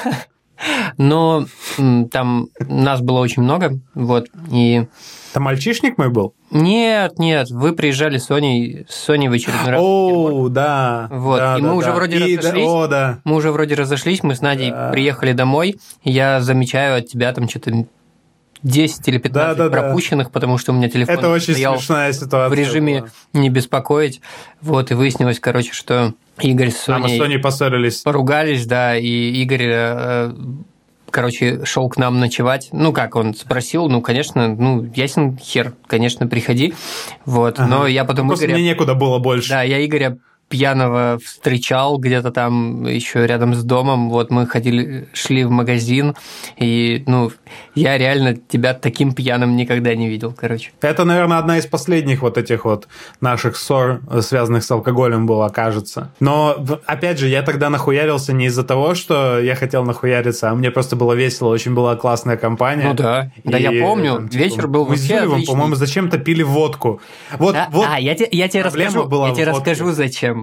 Но там нас было очень много, вот, и... Там мальчишник мой был? Нет, вы приезжали с Соней в очередной раз. О, да. Вот, да, и мы уже вроде разошлись. Да. Мы уже вроде разошлись, мы с Надей приехали домой, я замечаю от тебя там что-то 10 или 15 пропущенных, потому что у меня телефон это очень смешная ситуация в режиме не беспокоить. Вот, и выяснилось, короче, что Игорь с Соней... мы с Соней поссорились. Поругались, да, и Игорь, короче, шел к нам ночевать. Ну, как он спросил, ну, конечно, ну, ясен хер, конечно, приходи. Вот, но я потом Игоря... мне некуда было больше. Да, я Игоря пьяного встречал где-то там еще рядом с домом, вот мы шли в магазин, и, ну, я реально тебя таким пьяным никогда не видел, короче. Это, наверное, одна из последних вот этих вот наших ссор, связанных с алкоголем, была, кажется. Но, опять же, я тогда нахуярился не из-за того, что я хотел нахуяриться, а мне просто было весело, очень была классная компания. Ну да, да, я помню, там, вечер был вообще отличный. По-моему, зачем-то пили водку. Вот, да? Вот я тебе расскажу, зачем.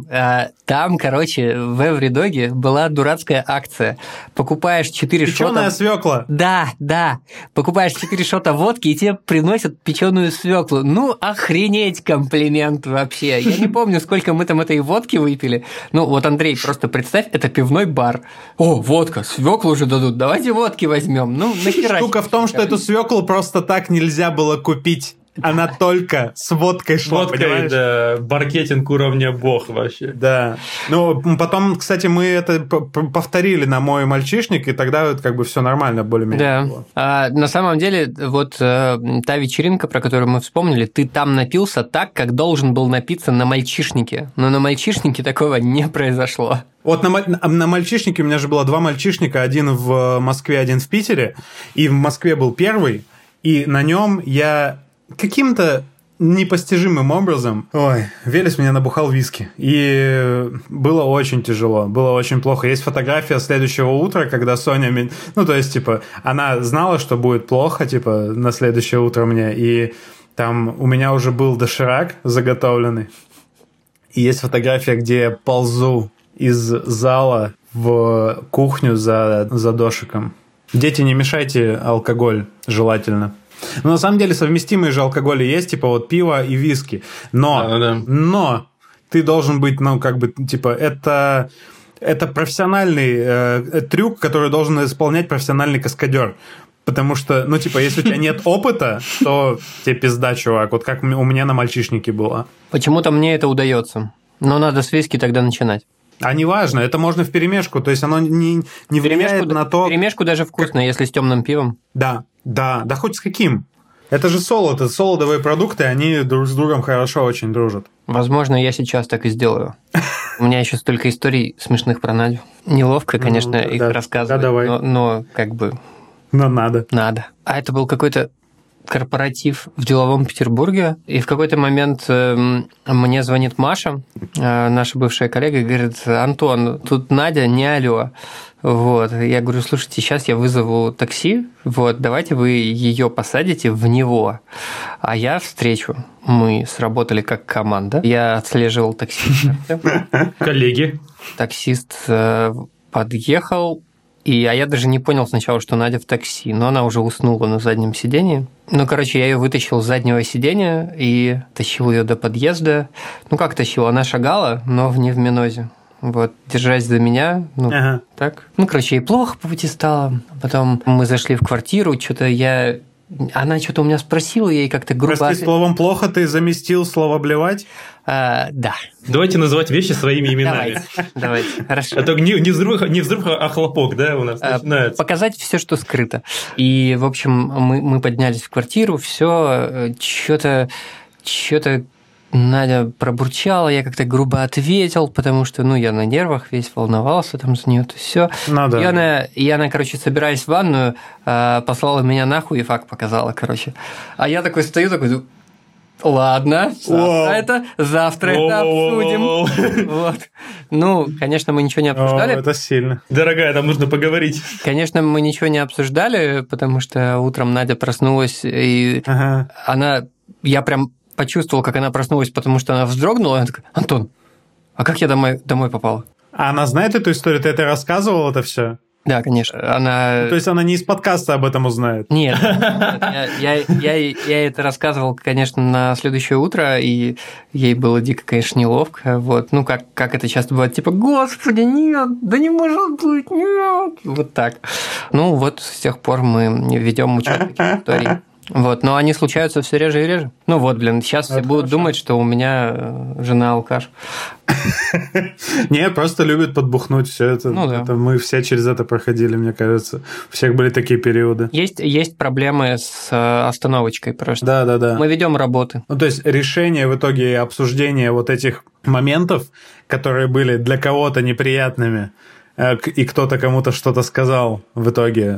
Там, короче, в Эвридоге была дурацкая акция. Покупаешь 4 шота... Печеная свекла. Да. Покупаешь 4 шота водки, и тебе приносят печеную свеклу. Ну, охренеть комплимент вообще. Я не помню, сколько мы там этой водки выпили. Ну, вот, Андрей, просто представь, это пивной бар. О, водка, свеклу уже дадут, давайте водки возьмем. Ну, нахера. Штука в том, что эту свеклу просто так нельзя было купить. Она только с водкой шла, водкой, понимаешь? да, маркетинг уровня бог вообще. Да. Ну, потом, кстати, мы это повторили на мой мальчишник, и тогда вот как бы все нормально более-менее было. На самом деле, вот та вечеринка, про которую мы вспомнили, ты там напился так, как должен был напиться на мальчишнике. Но на мальчишнике такого не произошло. Вот на мальчишнике у меня же было 2 мальчишника, один в Москве, один в Питере, и в Москве был первый, и на нем я каким-то непостижимым образом, Велес меня набухал виски, и было очень тяжело, было очень плохо. Есть фотография следующего утра, когда Соня, ну, то есть, типа, она знала, что будет плохо, типа, на следующее утро мне, и там у меня уже был доширак заготовленный, и есть фотография, где я ползу из зала в кухню за дошиком. Дети, не мешайте алкоголь, желательно. Но на самом деле совместимые же алкоголи есть, типа вот пиво и виски. Но ты должен быть, ну, как бы, типа, это профессиональный трюк, который должен исполнять профессиональный каскадер. Потому что, ну, типа, если у тебя нет опыта, то тебе пизда, чувак. Вот как у меня на мальчишнике было. Почему-то мне это удается. Но надо с виски тогда начинать. А неважно, это можно вперемешку, то есть оно не влияет на то... Вперемешку даже вкусно, если с темным пивом. Да, хоть с каким. Это же солод, это солодовые продукты, они друг с другом хорошо очень дружат. Возможно, я сейчас так и сделаю. У меня еще столько историй смешных про Надю. Неловко, конечно, их рассказывать, да, давай. но как бы... Но надо. Надо. А это был какой-то корпоратив в деловом Петербурге, и в какой-то момент мне звонит Маша, наша бывшая коллега, и говорит: Антон, тут Надя, не алло. Вот. Я говорю: слушайте, сейчас я вызову такси, вот, давайте вы ее посадите в него, а я встречу. Мы сработали как команда. Я отслеживал таксиста. Коллеги. Таксист подъехал, а я даже не понял сначала, что Надя в такси, но она уже уснула на заднем сидении. Ну, короче, я ее вытащил с заднего сидения и тащил ее до подъезда. Ну, как тащил? Она шагала, но не в минозе. Вот, держась за меня, так. Ну, короче, ей плохо по пути стало. Потом мы зашли в квартиру, она что-то у меня спросила, я ей как-то грубо... Прости, словом «плохо» ты заместил слово «блевать»? Да. Давайте называть вещи своими именами. Давайте, хорошо. А то не взрыв, а хлопок, да, у нас начинается. Показать все, что скрыто. И, в общем, мы поднялись в квартиру, все, что-то Надя пробурчала, я как-то грубо ответил, потому что, я на нервах весь волновался там за нее, то все. И она, короче, собираясь в ванную, послала меня нахуй и факт показала, короче. А я такой стою, такой: ладно, завтра это обсудим. Вот. Ну, конечно, мы ничего не обсуждали. Это сильно. Дорогая, нам нужно поговорить. Конечно, мы ничего не обсуждали, потому что утром Надя проснулась, и я прям почувствовал, как она проснулась, потому что она вздрогнула, и она такая: Антон, а как я домой попала? А она знает эту историю? Ты это рассказывал, это все? Да, конечно. То есть она не из подкаста об этом узнает? Нет. Я это рассказывал, конечно, на следующее утро, и ей было дико, конечно, неловко. Вот. Ну, как это часто бывает, типа: господи, нет, да не может быть, нет. Вот так. Ну, вот с тех пор мы ведем учет таких историй. Вот, но они случаются все реже и реже. Ну вот, сейчас все будут думать, что у меня жена алкаш. Не, просто любит подбухнуть все это. Это мы все через это проходили, мне кажется. У всех были такие периоды. Есть проблемы с остановочкой просто. Да. Мы ведем работы. Ну, то есть решение в итоге и обсуждение вот этих моментов, которые были для кого-то неприятными, и кто-то кому-то что-то сказал в итоге,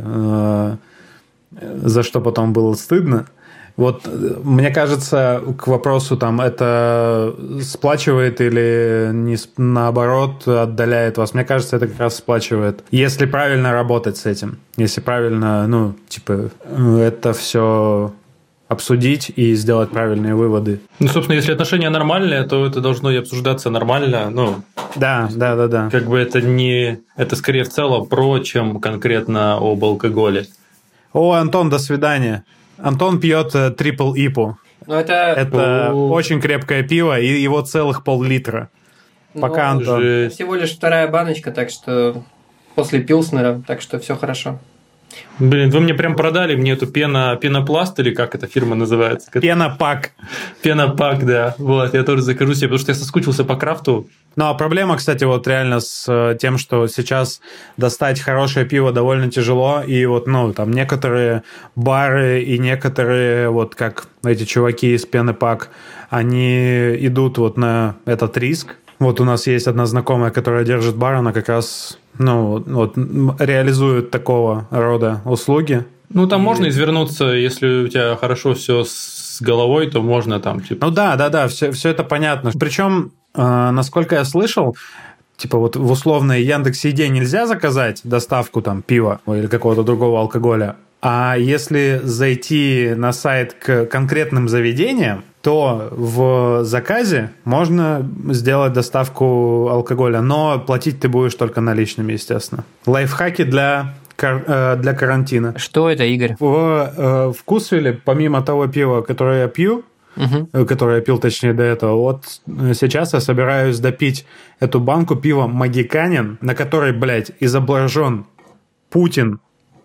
за что потом было стыдно. Вот, мне кажется, к вопросу, там, это сплачивает или не, наоборот отдаляет вас, мне кажется, это как раз сплачивает. Если правильно работать с этим, если правильно, это все обсудить и сделать правильные выводы. Ну, собственно, если отношения нормальные, то это должно и обсуждаться нормально. Ну, да. Как бы это не... Это скорее в целом про, чем конкретно об алкоголе. О, Антон, до свидания. Антон пьет трипл ипу. Это очень крепкое пиво, и его целых пол-литра. Пока, Антон. Всего лишь 2 баночка, так что после пилснера, так что все хорошо. Блин, вы мне прям продали мне эту пенопласт, или как эта фирма называется? Пенопак. Пенопак, да. Вот, я тоже закажу себе, потому что я соскучился по крафту. Ну, а проблема, кстати, вот реально с тем, что сейчас достать хорошее пиво довольно тяжело, и вот, ну, там некоторые бары и некоторые, вот как эти чуваки из Пенопак, они идут вот на этот риск. Вот у нас есть одна знакомая, которая держит бар, она как раз, ну, вот реализует такого рода услуги. Ну, там можно извернуться, если у тебя хорошо все с головой, то можно там, типа... Ну, да, все это понятно. Причем, насколько я слышал, типа вот в условной Яндекс.Еде нельзя заказать доставку там пива или какого-то другого алкоголя, а если зайти на сайт к конкретным заведениям, то в заказе можно сделать доставку алкоголя, но платить ты будешь только наличными, естественно. Лайфхаки для карантина. Что это, Игорь? В Вкусвилле, помимо того пива, которое я пью, которое я пил, точнее, до этого, вот сейчас я собираюсь допить эту банку пива «Магиканин», на которой, блядь, изображен Путин.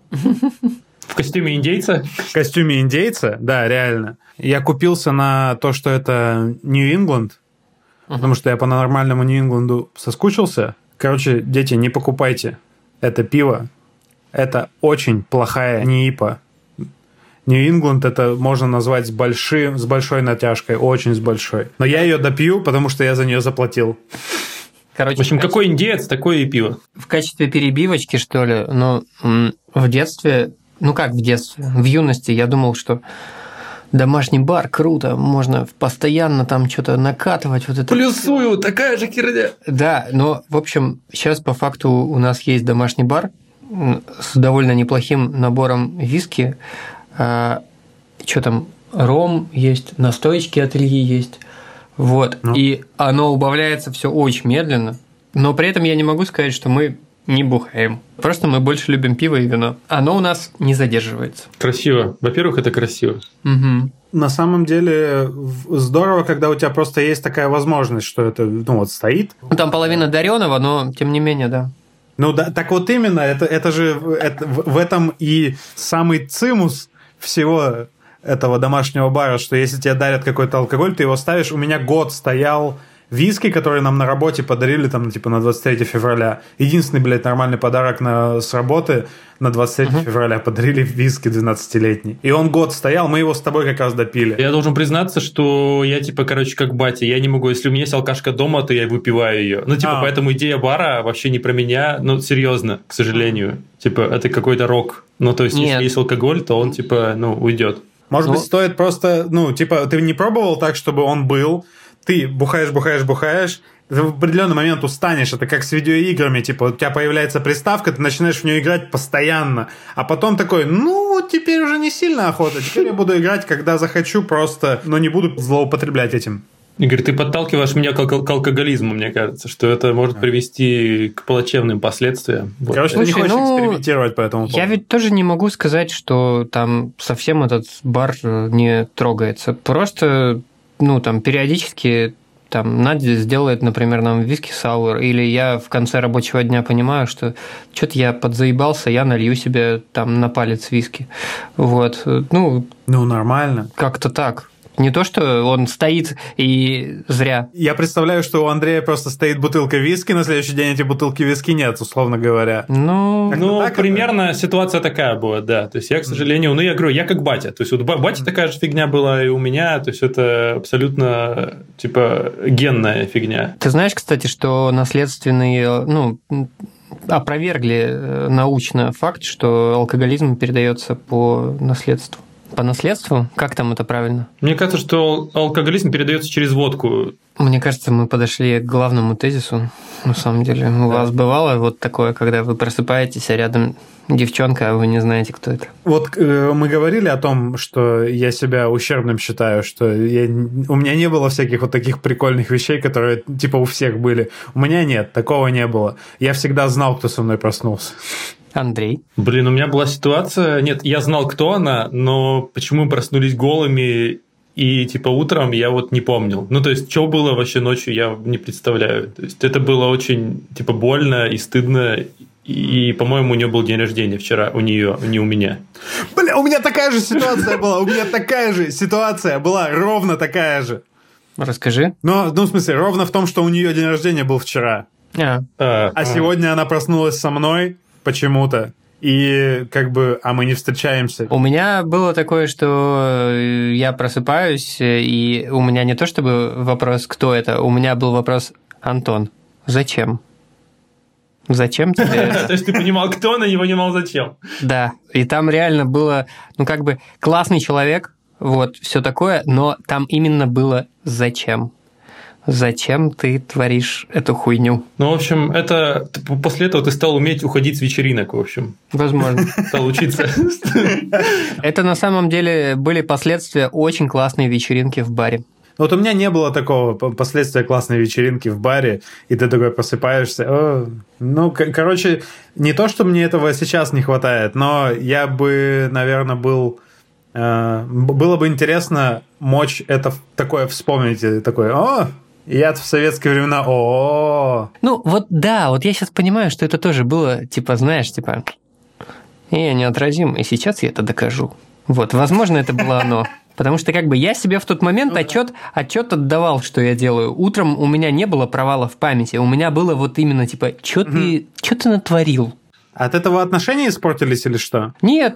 В костюме индейца? В костюме индейца, да, реально. Я купился на то, что это Нью-Ингланд, потому что я по нормальному Нью-Ингланду соскучился. Короче, дети, не покупайте это пиво. Это очень плохая НИИПа. Нью-Ингланд это можно назвать с большой натяжкой, очень с большой. Но я ее допью, потому что я за нее заплатил. Короче, в общем, какой индеец, такое и пиво. В качестве перебивочки, что ли, но в детстве... Ну как в детстве? В юности я думал, что домашний бар круто, можно постоянно там что-то накатывать. Вот это. Плюсую, такая же херня. Да, но, в общем, сейчас по факту у нас есть домашний бар с довольно неплохим набором виски. Что там? Ром есть, настоечки от Ильи есть. Вот. И оно убавляется все очень медленно. Но при этом я не могу сказать, что мы не бухаем. Просто мы больше любим пиво и вино. Оно у нас не задерживается. Красиво. Во-первых, это красиво. Угу. На самом деле здорово, когда у тебя просто есть такая возможность, что это, ну, вот стоит. Там половина дареного, но тем не менее, да. Ну да, так вот именно, это же в этом и самый цимус всего этого домашнего бара, что если тебе дарят какой-то алкоголь, ты его ставишь. У меня год стоял виски, которые нам на работе подарили там, типа, на 23 февраля. Единственный, блядь, нормальный подарок с работы на 23 февраля подарили виски 12-летний. И он год стоял, мы его с тобой как раз допили. Я должен признаться, что я, типа, короче, как батя. Я не могу, если у меня есть алкашка дома, то я выпиваю ее. Ну, типа, поэтому идея бара вообще не про меня. Ну, серьезно, к сожалению. Типа, это какой-то рок. Ну, то есть, если есть алкоголь, то он, типа, ну, уйдет. Может быть, стоит просто, ну, типа, ты не пробовал так, чтобы он был... Ты бухаешь, в определенный момент устанешь. Это как с видеоиграми. Типа, у тебя появляется приставка, ты начинаешь в нее играть постоянно. А потом такой, ну, теперь уже не сильно охота. Теперь я буду играть, когда захочу просто, но не буду злоупотреблять этим. Игорь, ты подталкиваешь меня к алкоголизму, мне кажется, что это может привести к плачевным последствиям. Короче, ты не хочешь экспериментировать по этому поводу. Я ведь тоже не могу сказать, что там совсем этот бар не трогается. Просто... Ну, там, периодически там, Надя сделает, например, нам виски-сауэр, или я в конце рабочего дня понимаю, что что-то я подзаебался, я налью себе там на палец виски. Вот. Ну, нормально. Как-то так. Не то, что он стоит и зря. Я представляю, что у Андрея просто стоит бутылка виски, на следующий день эти бутылки виски нет, условно говоря. Ну примерно ситуация такая была, да. То есть я, к сожалению, я говорю, я как батя. То есть вот батя такая же фигня была и у меня, то есть это абсолютно, типа, генная фигня. Ты знаешь, кстати, что наследственные, опровергли научно факт, что алкоголизм передается по наследству. По наследству? Как там это правильно? Мне кажется, что алкоголизм передается через водку. Мне кажется, мы подошли к главному тезису. на самом деле. У вас бывало вот такое, когда вы просыпаетесь, а рядом девчонка, а вы не знаете, кто это? Вот мы говорили о том, что я себя ущербным считаю, что у меня не было всяких вот таких прикольных вещей, которые типа у всех были. У меня нет, такого не было. Я всегда знал, кто со мной проснулся. Андрей? Блин, у меня была ситуация... Нет, я знал, кто она, но почему мы проснулись голыми и типа утром, я вот не помнил. Ну, то есть, что было вообще ночью, я не представляю. То есть, это было очень типа больно и стыдно. И, по-моему, у нее был день рождения вчера, у нее, не у меня. Бля, у меня такая же ситуация была, ровно такая же. Расскажи. Ну, в смысле, ровно в том, что у нее день рождения был вчера. А сегодня она проснулась со мной почему-то. И как бы, а мы не встречаемся. У меня было такое, что я просыпаюсь, и у меня не то чтобы вопрос, кто это, у меня был вопрос: Антон, зачем? Зачем тебе это? То есть ты понимал, кто, но не понимал, зачем. Да, и там реально было, ну как бы классный человек, вот, все такое, но там именно было зачем. Зачем ты творишь эту хуйню? Ну, в общем, это после этого ты стал уметь уходить с вечеринок, в общем. Возможно. Стал учиться. Это на самом деле были последствия очень классной вечеринки в баре. Вот у меня не было такого последствия классной вечеринки в баре, и ты такой просыпаешься. Ну, короче, не то, что мне этого сейчас не хватает, но я бы, наверное, было бы интересно мочь это такое вспомнить, такое: я в советские времена, Ну, вот да, вот я сейчас понимаю, что это тоже было, типа, знаешь, типа, я неотразим, и сейчас я это докажу. Вот, возможно, это было оно. Потому что как бы я себе в тот момент отчет отдавал, что я делаю. Утром у меня не было провала в памяти. У меня было вот именно типа, что ты натворил? От этого отношения испортились или что? Нет.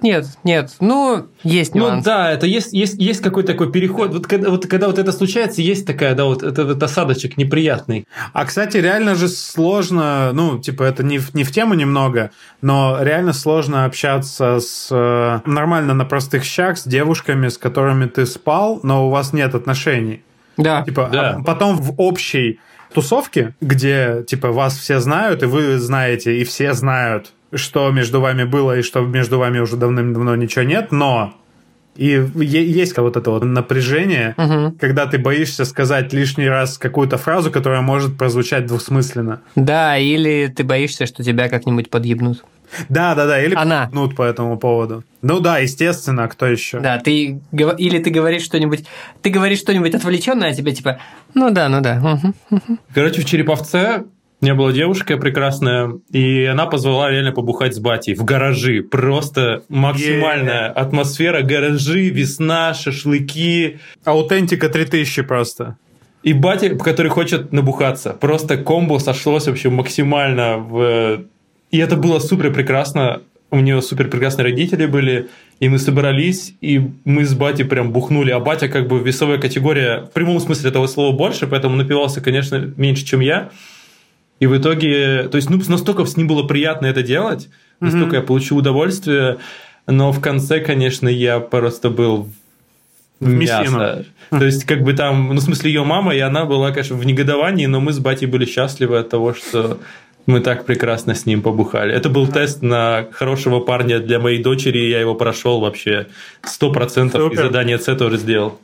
Ну, есть нюанс. Ну да, это есть какой-то такой переход. Вот когда вот это случается, есть такая, да, вот этот осадочек неприятный. А, кстати, реально же сложно, ну, типа, это не в тему немного, но реально сложно общаться нормально на простых щах с девушками, с которыми ты спал, но у вас нет отношений. Да. Типа, да. А потом в общей тусовке, где, типа, вас все знают, и вы знаете, и все знают, что между вами было, и что между вами уже давным-давно ничего нет, но и есть вот это вот напряжение, когда ты боишься сказать лишний раз какую-то фразу, которая может прозвучать двусмысленно. Да, или ты боишься, что тебя как-нибудь подъебнут. Да, или она подъебнут по этому поводу. Ну да, естественно, а кто еще? Да, или ты говоришь что-нибудь отвлеченное, а тебе типа, ну да. Короче, в Череповце у меня была девушка прекрасная, и она позвала реально побухать с батей в гаражи. Просто максимальная атмосфера, гаражи, весна, шашлыки. Аутентика 3000 просто. И батя, который хочет набухаться. Просто комбо сошлось вообще максимально И это было супер прекрасно. У нее супер прекрасные родители были, и мы собрались, и мы с батей прям бухнули. А батя как бы весовая категория, в прямом смысле этого слова, больше, поэтому напивался, конечно, меньше, чем я. И в итоге, то есть, настолько с ним было приятно это делать, настолько я получил удовольствие, но в конце, конечно, я просто был в мясо. То есть, как бы там, в смысле, ее мама, и она была, конечно, в негодовании, но мы с батей были счастливы от того, что мы так прекрасно с ним побухали. Это был тест на хорошего парня для моей дочери, и я его прошел вообще 100%, и задание С тоже сделал.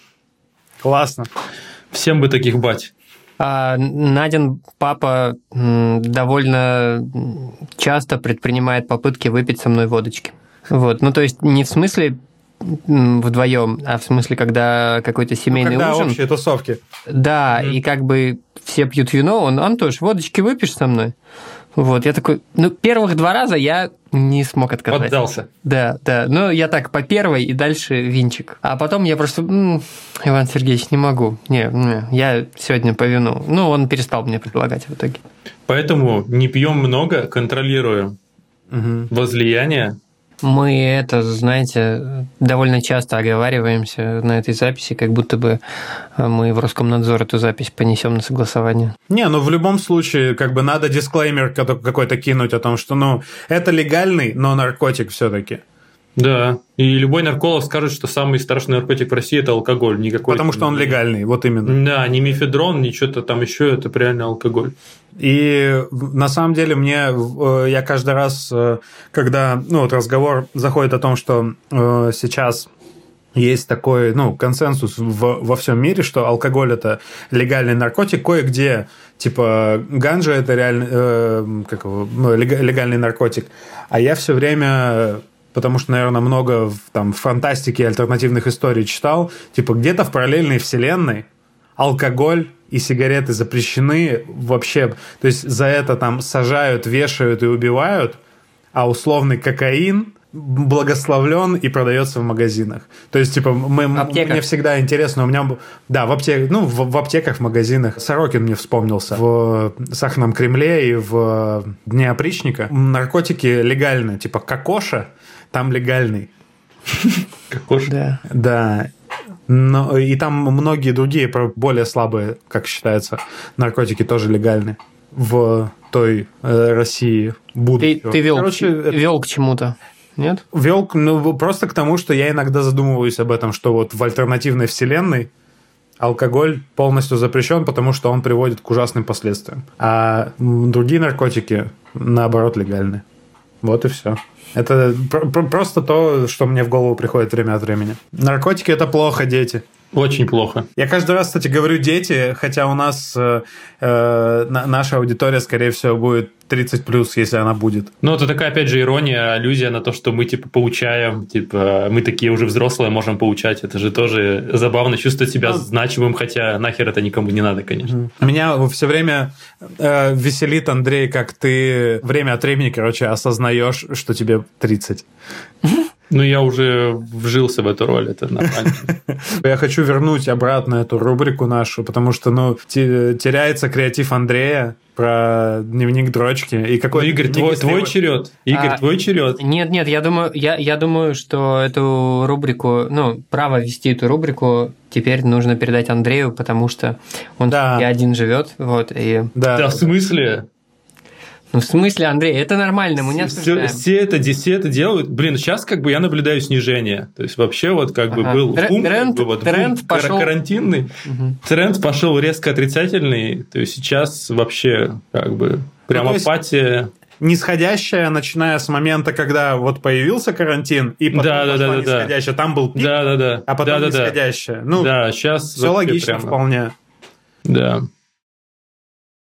Классно. Всем бы таких бать. Надин папа довольно часто предпринимает попытки выпить со мной водочки. Вот. Ну, то есть, не в смысле вдвоем, а в смысле, когда какой-то семейный ужин. Когда общие тусовки. Да, и как бы все пьют вино, он: Антош, водочки выпьешь со мной? Вот, я такой, первых 2 раза я не смог отказать. Поддался. Да, но я так по первой и дальше винчик. А потом я просто, Иван Сергеевич, не могу. Не, я сегодня по вину. Он перестал мне предлагать в итоге. Поэтому не пьем много, контролируем возлияние. Мы знаете, довольно часто оговариваемся на этой записи, как будто бы мы в Роскомнадзор эту запись понесем на согласование. Не, в любом случае, как бы надо дисклеймер какой-то кинуть о том, что, это легальный, но наркотик все-таки. Да. И любой нарколог скажет, что самый страшный наркотик в России – это алкоголь. Никакой. Потому что он легальный, вот именно. Да, не мефедрон, ни что-то там еще, это реально алкоголь. И на самом деле я каждый раз, когда разговор заходит о том, что сейчас есть такой консенсус во всем мире, что алкоголь – это легальный наркотик, кое-где, типа ганджа – это реально легальный наркотик. А я все время, потому что, наверное, много там фантастики и альтернативных историй читал, типа где-то в параллельной вселенной алкоголь и сигареты запрещены вообще. То есть за это там сажают, вешают и убивают, а условный кокаин благословлен и продается в магазинах. То есть, типа, мне всегда интересно, у меня... Да, в аптеках, в магазинах. Сорокин мне вспомнился. В Сахарном Кремле и в Дне опричника наркотики легальны. Типа, кокоша там легальный. Кокоша? Да. Но, и там многие другие, более слабые, как считается, наркотики тоже легальны в той России будущего. Ты вел к чему-то? Нет? Вел просто к тому, что я иногда задумываюсь об этом, что вот в альтернативной вселенной алкоголь полностью запрещен, потому что он приводит к ужасным последствиям. А другие наркотики, наоборот, легальны. Вот и все. Это просто то, что мне в голову приходит время от времени. Наркотики – это плохо, дети. Очень плохо. Я каждый раз, кстати, говорю «дети», хотя у нас наша аудитория, скорее всего, будет 30+, если она будет. Ну, это такая, опять же, ирония, аллюзия на то, что мы, типа, поучаем, типа, мы такие уже взрослые, можем поучать. Это же тоже забавно чувствовать себя значимым, хотя нахер это никому не надо, конечно. Меня все время веселит, Андрей, как ты время от времени, осознаешь, что тебе 30. Ну, я уже вжился в эту роль, это нормально. Я хочу вернуть обратно эту рубрику нашу, потому что, теряется креатив Андрея про дневник дрочки. И какой Игорь, твой черед. Игорь, твой черед. Нет, я думаю, что эту рубрику, право вести эту рубрику теперь нужно передать Андрею, потому что он один живет. Вот, и... Да, в смысле? Ну, в смысле, Андрей, это нормально, мы не обсуждаем. Все это делают. Блин, сейчас я наблюдаю снижение. То есть, вообще был тренд пошел... карантинный. Тренд пошел резко отрицательный. То есть, сейчас вообще прям апатия... Нисходящая, начиная с момента, когда вот появился карантин, и потом пошла нисходящая. Там был пик, а потом нисходящая. Да, сейчас все логично прямо. вполне. Да.